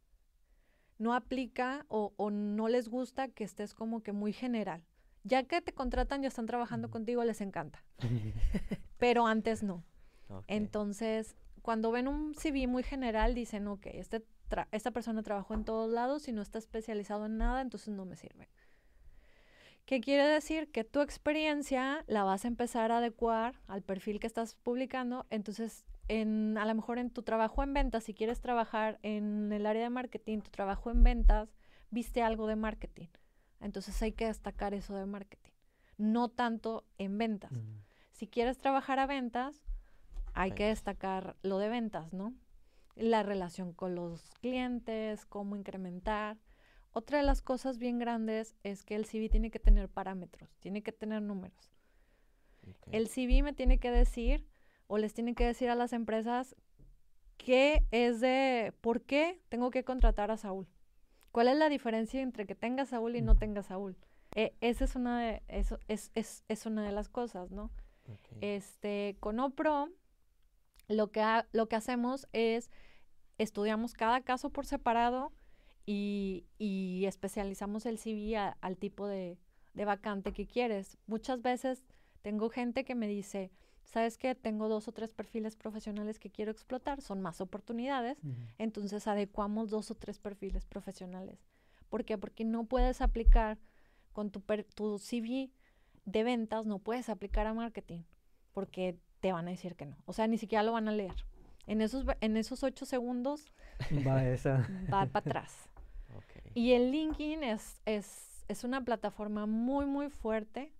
no aplica o, o no les gusta que estés como que muy general. Ya que te contratan y están trabajando mm. contigo, les encanta. Pero antes no. Okay. Entonces, cuando ven un C V muy general, dicen, ok, este tra- esta persona trabajó en todos lados y no está especializado en nada, entonces no me sirve. ¿Qué quiere decir? Que tu experiencia la vas a empezar a adecuar al perfil que estás publicando. Entonces, en, a lo mejor en tu trabajo en ventas, si quieres trabajar en el área de marketing, tu trabajo en ventas, viste algo de marketing. Entonces hay que destacar eso de marketing, no tanto en ventas. Mm. Si quieres trabajar a ventas, hay que destacar lo de ventas, ¿no? La relación con los clientes, cómo incrementar. Otra de las cosas bien grandes es que el C V tiene que tener parámetros, tiene que tener números. Okay. El C V me tiene que decir, o les tiene que decir a las empresas, qué es de, ¿por qué tengo que contratar a Saúl? ¿Cuál es la diferencia entre que tenga Saúl y no tenga Saúl? Eh, esa es una de, eso es, es, es una de las cosas, ¿no? Okay. Este, con OPRO, lo que, ha, lo que hacemos es, estudiamos cada caso por separado y, y especializamos el C V a, al tipo de, de vacante que quieres. Muchas veces tengo gente que me dice, ¿sabes qué? Tengo dos o tres perfiles profesionales que quiero explotar, son más oportunidades, uh-huh. Entonces adecuamos dos o tres perfiles profesionales. ¿Por qué? Porque no puedes aplicar con tu, per, tu C V de ventas, no puedes aplicar a marketing, porque te van a decir que no. O sea, ni siquiera lo van a leer. En esos, en esos ocho segundos va, esa. va para atrás. Okay. Y el LinkedIn es, es, es una plataforma muy, muy fuerte.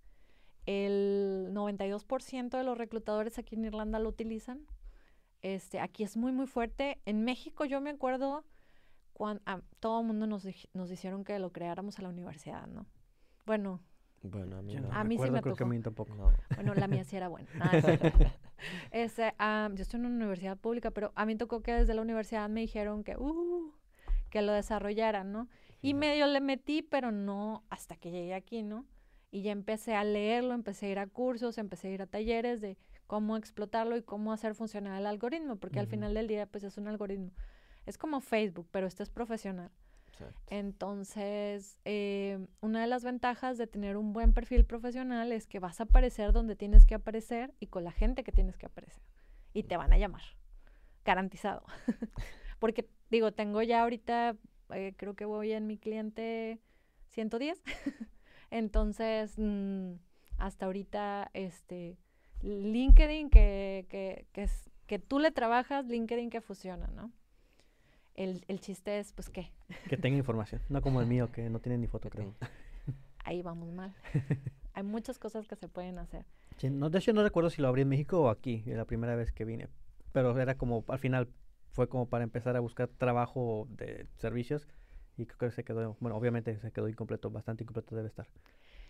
El noventa y dos por ciento de los reclutadores aquí en Irlanda lo utilizan. Este, aquí es muy, muy fuerte. En México yo me acuerdo cuando ah, todo el mundo nos, nos dijeron que lo creáramos a la universidad, ¿no? Bueno, bueno a mí, no. a mí sí me creo tocó. Que a mí tampoco. No. Bueno, la mía sí era buena. Ah, sí. Este, um, yo estoy en una universidad pública, pero a mí tocó que desde la universidad me dijeron que, uh, que lo desarrollaran, ¿no? Y medio le metí, pero no hasta que llegué aquí, ¿no? Y ya empecé a leerlo, empecé a ir a cursos, empecé a ir a talleres de cómo explotarlo y cómo hacer funcionar el algoritmo, porque uh-huh. al final del día, pues es un algoritmo. Es como Facebook, pero este es profesional. Exacto. Entonces, eh, una de las ventajas de tener un buen perfil profesional es que vas a aparecer donde tienes que aparecer y con la gente que tienes que aparecer. Y te van a llamar, garantizado. Porque, digo, tengo ya ahorita, eh, creo que voy en mi cliente ciento diez. Entonces, mmm, hasta ahorita, este, LinkedIn que, que, que, es, que tú le trabajas, LinkedIn que funciona, ¿no? El, el chiste es, pues, ¿qué? Que tenga información, no como el mío, que no tiene ni foto, creo. Ahí vamos mal. Hay muchas cosas que se pueden hacer. Sí, no, de hecho, no recuerdo si lo abrí en México o aquí, la primera vez que vine. Pero era como, al final, fue como para empezar a buscar trabajo de servicios. Y creo que se quedó, bueno, obviamente se quedó incompleto, bastante incompleto debe estar.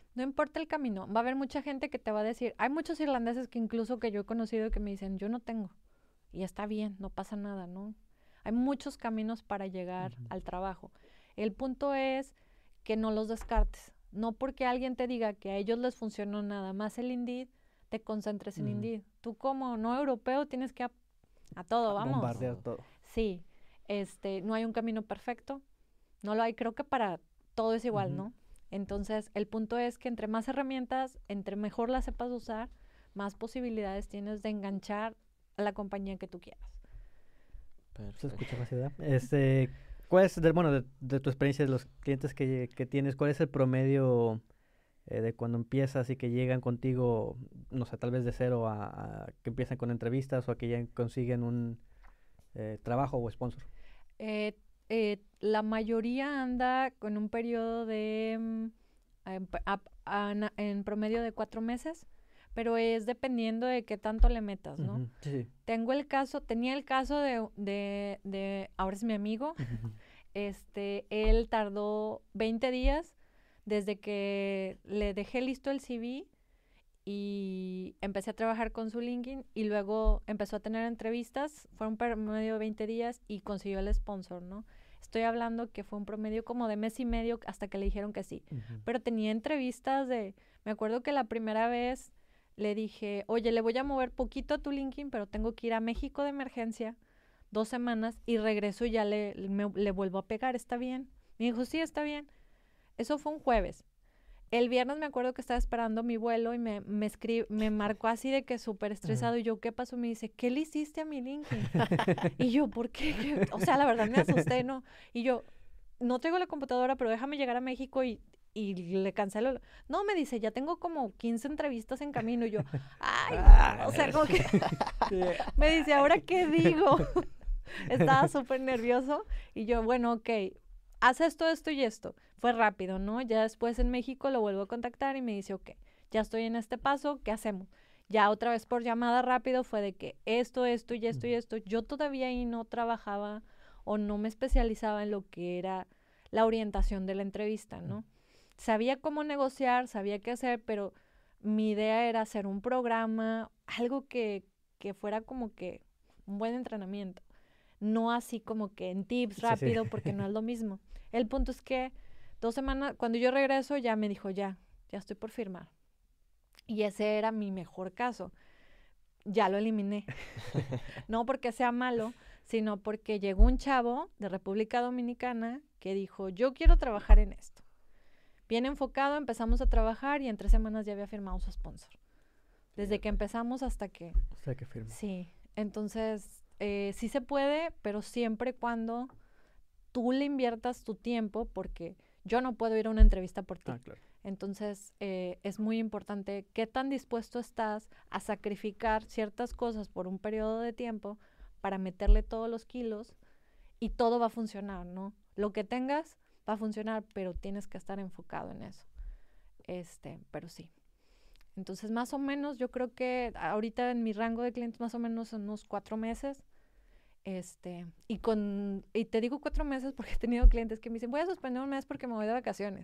No importa el camino, va a haber mucha gente que te va a decir, hay muchos irlandeses que incluso que yo he conocido que me dicen, yo no tengo, y está bien, no pasa nada, ¿no? Hay muchos caminos para llegar Ujú. al trabajo. El punto es que no los descartes. No porque alguien te diga que a ellos les funcionó nada más el Indeed, te concentres en Ujú. Indeed. Tú como no europeo tienes que a, a todo, A vamos. bombardear todo. Sí, este, no hay un camino perfecto, no lo hay, creo que para todo es igual, Ujú. ¿no? Entonces, el punto es que entre más herramientas, entre mejor las sepas usar, más posibilidades tienes de enganchar a la compañía que tú quieras. Se Perfecto. escucha fácil, ¿verdad? Este, ¿cuál es, de, bueno, de, de tu experiencia, de los clientes que, que tienes, cuál es el promedio eh, de cuando empiezas y que llegan contigo, no sé, tal vez de cero a, a que empiezan con entrevistas o a que ya consiguen un eh, trabajo o sponsor? Eh, eh, la mayoría anda con un periodo de, mm, en, p- a- a- na- en promedio de cuatro meses, pero es dependiendo de qué tanto le metas, ¿no? Ujú. Sí, sí. Tengo el caso, tenía el caso de, de, de, ahora es mi amigo, Ujú. este, él tardó veinte días desde que le dejé listo el C V y empecé a trabajar con su LinkedIn y luego empezó a tener entrevistas, fue un promedio de veinte días y consiguió el sponsor, ¿no? Estoy hablando que fue un promedio como de mes y medio hasta que le dijeron que sí, Ujú. pero tenía entrevistas de, me acuerdo que la primera vez le dije, oye, le voy a mover poquito a tu LinkedIn, pero tengo que ir a México de emergencia dos semanas y regreso y ya le, me- le vuelvo a pegar, ¿está bien? Me dijo, sí, está bien. Eso fue un jueves. El viernes me acuerdo que estaba esperando mi vuelo y me, me, escri- me marcó así de que súper estresado. Y yo, ¿qué pasó? Me dice, ¿qué le hiciste a mi LinkedIn? Y yo, ¿por qué? ¿Qué? O sea, la verdad me asusté, ¿no? Y yo, no traigo la computadora, pero déjame llegar a México y, y le cancelo. el- No, me dice, ya tengo como quince entrevistas en camino. Y yo, ay, no, o sea, como que Sí. me dice, ¿ahora qué digo? Estaba súper nervioso y yo, bueno, ok, haz esto, esto y esto. Fue rápido, ¿no? Ya después en México lo vuelvo a contactar y me dice, ok, ya estoy en este paso, ¿qué hacemos? Ya otra vez por llamada rápido fue de que esto, esto y esto y esto. Yo todavía ahí no trabajaba o no me especializaba en lo que era la orientación de la entrevista, ¿no? Sabía cómo negociar, sabía qué hacer, pero mi idea era hacer un programa, algo que, que fuera como que un buen entrenamiento. No así como que en tips Sí, sí. rápido, porque no es lo mismo. El punto es que dos semanas, cuando yo regreso, ya me dijo, ya, ya estoy por firmar. Y ese era mi mejor caso. Ya lo eliminé. No porque sea malo, sino porque llegó un chavo de República Dominicana que dijo, yo quiero trabajar en esto. Bien enfocado, empezamos a trabajar y en tres semanas ya había firmado su sponsor. Desde que empezamos hasta que... O sea, que firma. Sí, entonces eh, sí se puede, pero siempre y cuando tú le inviertas tu tiempo, porque yo no puedo ir a una entrevista por ti. Ah, claro. Entonces eh, es muy importante qué tan dispuesto estás a sacrificar ciertas cosas por un periodo de tiempo para meterle todos los kilos y todo va a funcionar, ¿no? Lo que tengas va a funcionar, pero tienes que estar enfocado en eso. Este, pero sí. Entonces, más o menos, yo creo que ahorita en mi rango de clientes más o menos son unos cuatro meses. Este, y con, y te digo cuatro meses porque he tenido clientes que me dicen, voy a suspender un mes porque me voy de vacaciones.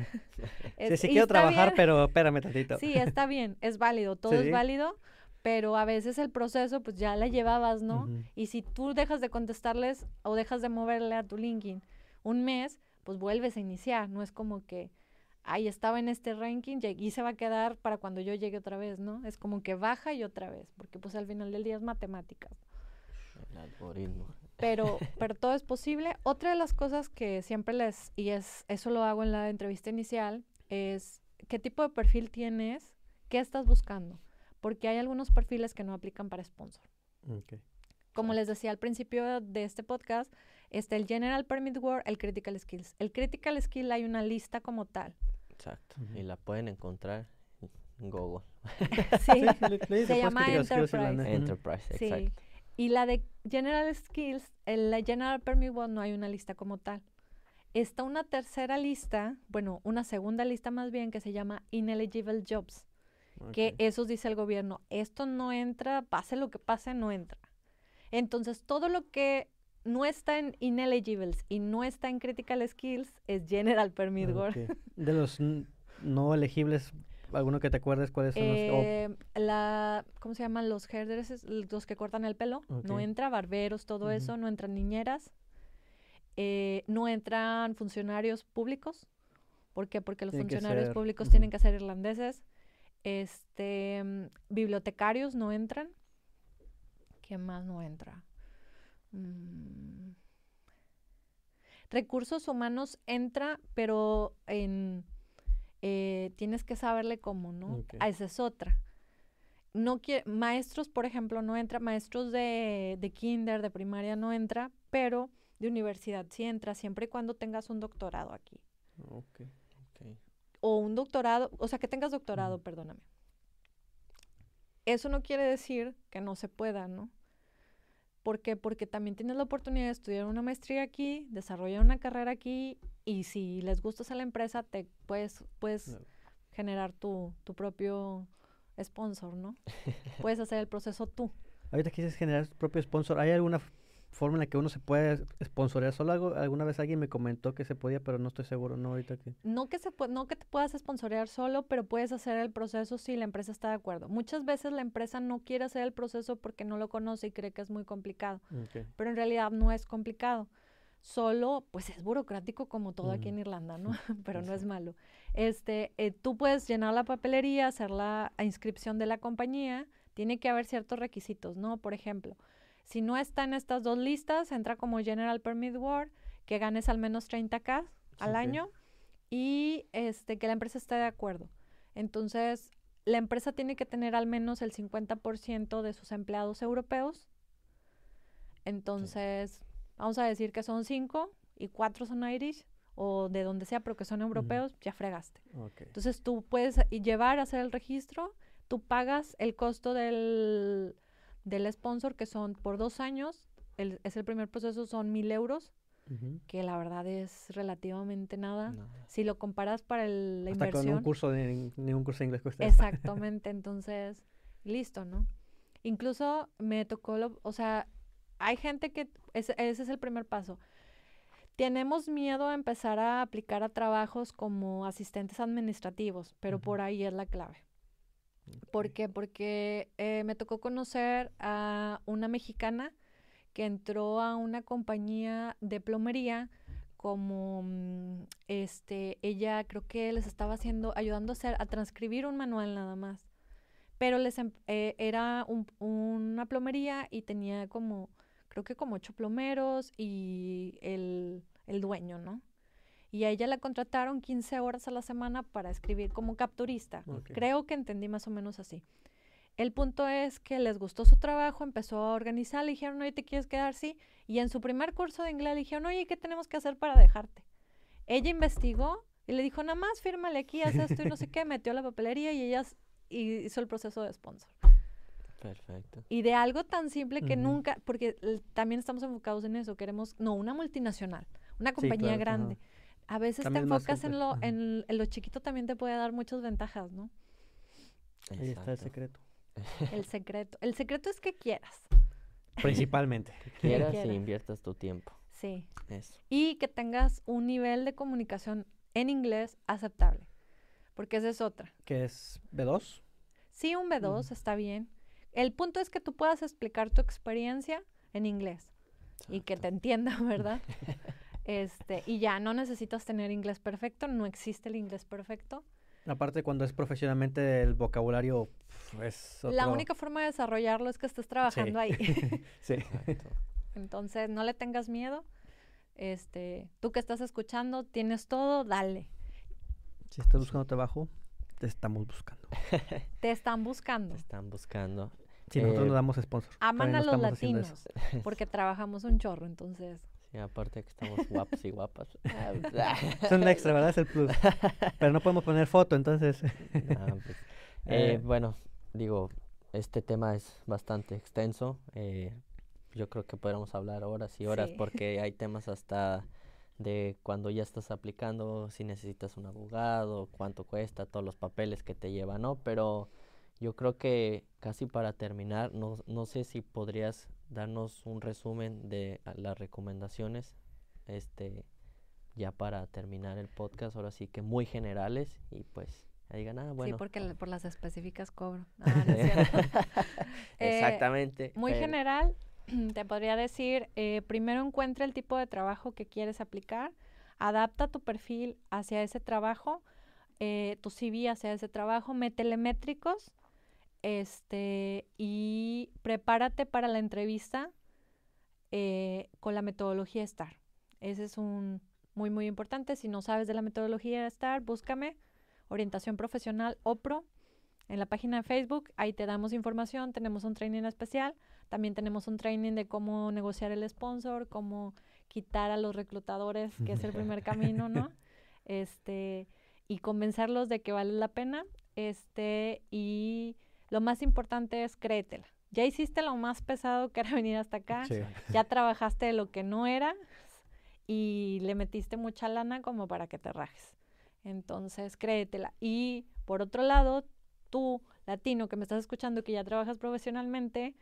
Sí, Es- sí y quiero está trabajar, bien. pero espérame tantito. Sí, está bien, es válido, todo Sí, es sí. válido, pero a veces el proceso pues ya la llevabas, ¿no? Ujú. Y si tú dejas de contestarles o dejas de moverle a tu LinkedIn un mes, pues vuelves a iniciar, no es como que, ahí estaba en este ranking y aquí se va a quedar para cuando yo llegue otra vez, ¿no? Es como que baja y otra vez, porque pues al final del día es matemáticas. El algoritmo. Pero, pero todo es posible. Otra de las cosas que siempre les, y es eso lo hago en la entrevista inicial, es qué tipo de perfil tienes, qué estás buscando, porque hay algunos perfiles que no aplican para sponsor. Ok. Como Exacto. les decía al principio de este podcast, está el General Permit Word, el Critical Skills. El Critical Skill hay una lista como tal. Exacto. Ujú. Y la pueden encontrar en Google. Sí, Sí, le- le dice, se pues, llama critical skills Enterprise. irlandés. Ujú. Enterprise, Sí. exacto. Y la de General Skills, el la General Permit Word no hay una lista como tal. Está una tercera lista, bueno, una segunda lista más bien, que se llama Ineligible Jobs, que Ok. esos dice el gobierno, esto no entra, pase lo que pase, no entra. Entonces, todo lo que no está en Ineligibles y no está en Critical Skills es General Permit Word. Ok. De los, mm, no elegibles, alguno que te acuerdes cuáles son los... o- Eh, la, ¿cómo se llaman? Los hairdressers, los que cortan el pelo. No Ok. entra, barberos, todo Ujú. eso. No entran niñeras. Eh, no entran funcionarios públicos. ¿Por qué? Porque los Tiene que funcionarios ser... públicos ujú. tienen que ser irlandeses. Este, mm, bibliotecarios no entran. ¿Quién más no entra? Mm, recursos humanos entra, pero en, eh, tienes que saberle cómo, ¿no? Ok. Ah, esa es otra. No quie- maestros, por ejemplo, no entra. Maestros de, de kinder, de primaria no entra, pero de universidad sí entra, siempre y cuando tengas un doctorado aquí. Ok. Ok. O un doctorado, o sea, que tengas doctorado, Ujú. perdóname. Eso no quiere decir que no se pueda, ¿no? ¿Por qué? Porque también tienes la oportunidad de estudiar una maestría aquí, desarrollar una carrera aquí, y si les gustas a la empresa, te puedes, puedes Claro. generar tu, tu propio sponsor, ¿no? Puedes hacer el proceso tú. Ahorita quieres generar tu propio sponsor. ¿Hay alguna f- forma en la que uno se puede sponsorear solo algo? Alguna vez alguien me comentó que se podía, pero no estoy seguro, ¿no? Ahorita que... No que, se pu- no que te puedas sponsorear solo, pero puedes hacer el proceso si la empresa está de acuerdo. Muchas veces la empresa no quiere hacer el proceso porque no lo conoce y cree que es muy complicado, Ok. pero en realidad no es complicado. Solo, pues es burocrático como todo aquí en Mm. Irlanda, ¿no? Pero no es Exacto. malo. Este, eh, tú puedes llenar la papelería, hacer la a inscripción de la compañía. Tiene que haber ciertos requisitos, ¿no? Por ejemplo, si no está en estas dos listas, entra como General Permit Ward, que ganes al menos treinta K al Ok. año y este, que la empresa esté de acuerdo. Entonces, la empresa tiene que tener al menos el cincuenta por ciento de sus empleados europeos. Entonces, vamos a decir que son cinco y cuatro son Irish o de donde sea, pero que son Ujú. europeos, ya fregaste. Ok. Entonces, tú puedes i- llevar a hacer el registro, tú pagas el costo del, del sponsor, que son por dos años, el- es el primer proceso, son mil euros, Ujú. que la verdad es relativamente nada. Nada. Si lo comparas para el- la Hasta con un inversión, curso de... Ni un curso de inglés cuesta. exactamente, entonces, listo, ¿no? Incluso me tocó, lo, o sea, hay gente que, ese, ese es el primer paso. Tenemos miedo a empezar a aplicar a trabajos como asistentes administrativos, pero Ujú. por ahí es la clave. ¿Por Ok. qué? Porque eh, me tocó conocer a una mexicana que entró a una compañía de plomería como mm, este, ella creo que les estaba haciendo, ayudando a hacer, a transcribir un manual nada más. Pero les em- eh, era un- una plomería y tenía como, creo que como ocho plomeros y el, el dueño, ¿no? Y a ella la contrataron quince horas a la semana para escribir como capturista. Ok. Creo que entendí más o menos así. El punto es que les gustó su trabajo, empezó a organizar, le dijeron, oye, ¿te quieres quedar? Sí. Y en su primer curso de inglés le dijeron, oye, ¿qué tenemos que hacer para dejarte? Ella investigó y le dijo, nada más fírmale aquí, haz esto y no sé qué, metió la papelería y ella s- y hizo el proceso de sponsor. Perfecto. Y de algo tan simple que Ujú. nunca, porque l- también estamos enfocados en eso, queremos, no, una multinacional, una Sí, compañía claro. Ajá. grande. A veces te También es más enfocas en complejo. lo, Ajá. en, en lo chiquito, también te puede dar muchas ventajas, ¿no? Ahí está el Exacto. secreto. El secreto. El secreto es que quieras. Principalmente. Quieras y quieras. inviertas tu tiempo. Sí. Eso. Y que tengas un nivel de comunicación en inglés aceptable. Porque esa es otra. Que es B dos. Sí, un B dos Mm. está bien. El punto es que tú puedas explicar tu experiencia en inglés y que te Exacto. entienda, ¿verdad? Este, y ya no necesitas tener inglés perfecto, no existe el inglés perfecto. Aparte, cuando es profesionalmente, el vocabulario pf, es otro... La única forma de desarrollarlo es que estés trabajando ahí. Sí. Exacto. Entonces, no le tengas miedo. Este, tú que estás escuchando, tienes todo, dale. Si estás buscando trabajo, te estamos buscando. Te están buscando. Te están buscando. Si nosotros Eh, no damos sponsor. Aman todavía a no los estamos haciendo eso. latinos porque trabajamos un chorro, entonces. Sí, aparte que estamos guapos y guapas. Es un extra, ¿verdad? Es el plus. Pero no podemos poner foto, entonces... Ah, pues, eh, Eh, bueno, digo, este tema es bastante extenso. eh, yo creo que podríamos hablar horas y horas Sí. porque hay temas hasta de cuando ya estás aplicando, si necesitas un abogado, cuánto cuesta, todos los papeles que te llevan, ¿no? Pero yo creo que casi para terminar, no, no sé si podrías darnos un resumen de a- las recomendaciones este, ya para terminar el podcast, ahora sí que muy generales y pues ya digan, ah, bueno. Sí, porque la- por las específicas cobro. Ah, no es cierto. Eh, Exactamente. Muy pero- general, te podría decir, eh, primero encuentra el tipo de trabajo que quieres aplicar, adapta tu perfil hacia ese trabajo, eh, tu C V hacia ese trabajo, métele métricos, este, y prepárate para la entrevista eh, con la metodología STAR. Ese es un muy, muy importante. Si no sabes de la metodología STAR, búscame, orientación profesional O P R O, en la página de Facebook, ahí te damos información, tenemos un training especial, también tenemos un training de cómo negociar el sponsor, cómo quitar a los reclutadores, que es el primer camino, ¿no? Este, y convencerlos de que vale la pena, este, y lo más importante es créetela. Ya hiciste lo más pesado que era venir hasta acá, Sí. ya trabajaste de lo que no era y le metiste mucha lana como para que te rajes. Entonces, créetela. Y por otro lado, tú, latino, que me estás escuchando, que ya trabajas profesionalmente,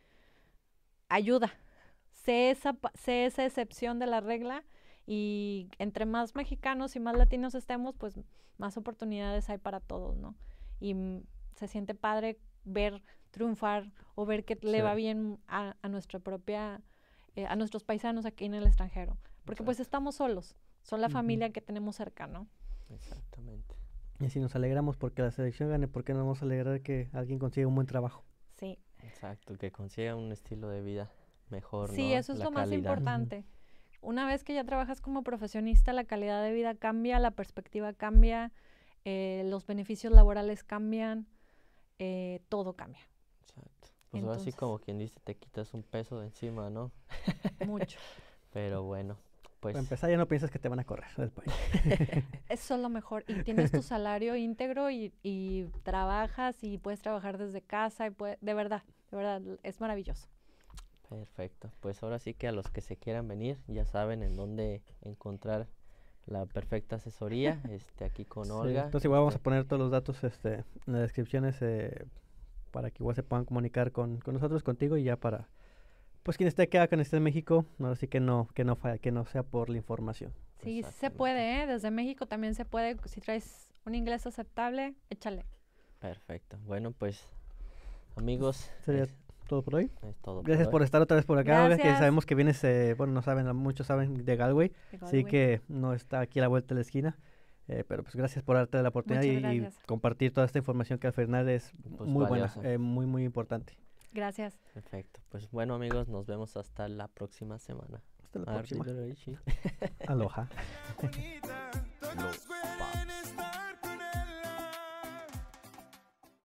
ayuda. Sé esa, pa- sé esa excepción de la regla y entre más mexicanos y más latinos estemos, pues más oportunidades hay para todos, ¿no? Y mm, se siente padre ver triunfar o ver que le Sí. va bien a, a nuestra propia, eh, a nuestros paisanos aquí en el extranjero. Porque pues Exacto. estamos solos, son la Ujú. familia que tenemos cerca, ¿no? Exactamente. Y si nos alegramos porque la selección gane, ¿por qué no vamos a alegrar que alguien consiga un buen trabajo? Sí. Exacto, que consiga un estilo de vida mejor, Sí, ¿no? eso es La lo más calidad. importante. Una vez que ya trabajas como profesionista, la calidad de vida cambia, la perspectiva cambia, eh, los beneficios laborales cambian, eh, todo cambia, Exacto. Pues ahora sí, Entonces- como quien dice, te quitas un peso de encima, ¿no? mucho. Pero bueno, pues Para empezar, ya no piensas que te van a correr del país. Eso es lo mejor. Y tienes tu salario íntegro y, y trabajas y puedes trabajar desde casa y puede, de verdad, de verdad, es maravilloso. perfecto. Pues ahora sí que a los que se quieran venir, ya saben en dónde encontrar la perfecta asesoría, este, aquí con Sí, Olga. entonces igual vamos a este, poner todos los datos este, en las descripciones eh, para que igual se puedan comunicar con, con nosotros, contigo y ya para, pues quien esté acá, quien esté en México, ahora sí que no, que no falla, que no sea por la información. Sí, sí se Exactamente. puede, ¿eh? Desde México también se puede. Si traes un inglés aceptable, échale. Perfecto. Bueno, pues amigos, Sería es, todo por hoy. es todo Gracias por por hoy. estar otra vez por acá, Olga, que Gracias. sabemos que vienes, eh, bueno, no saben, muchos saben de Galway, De así Galway. que no está aquí a la vuelta de la esquina. eh, pero pues gracias por darte la oportunidad y, Muchas y gracias. compartir toda esta información que al final es Pues muy buena, valiosa. eh, muy, muy importante. Gracias. Perfecto. Pues bueno, amigos, nos vemos hasta la próxima semana. Hasta la próxima. Arrivederci. Aloha. bonita, todos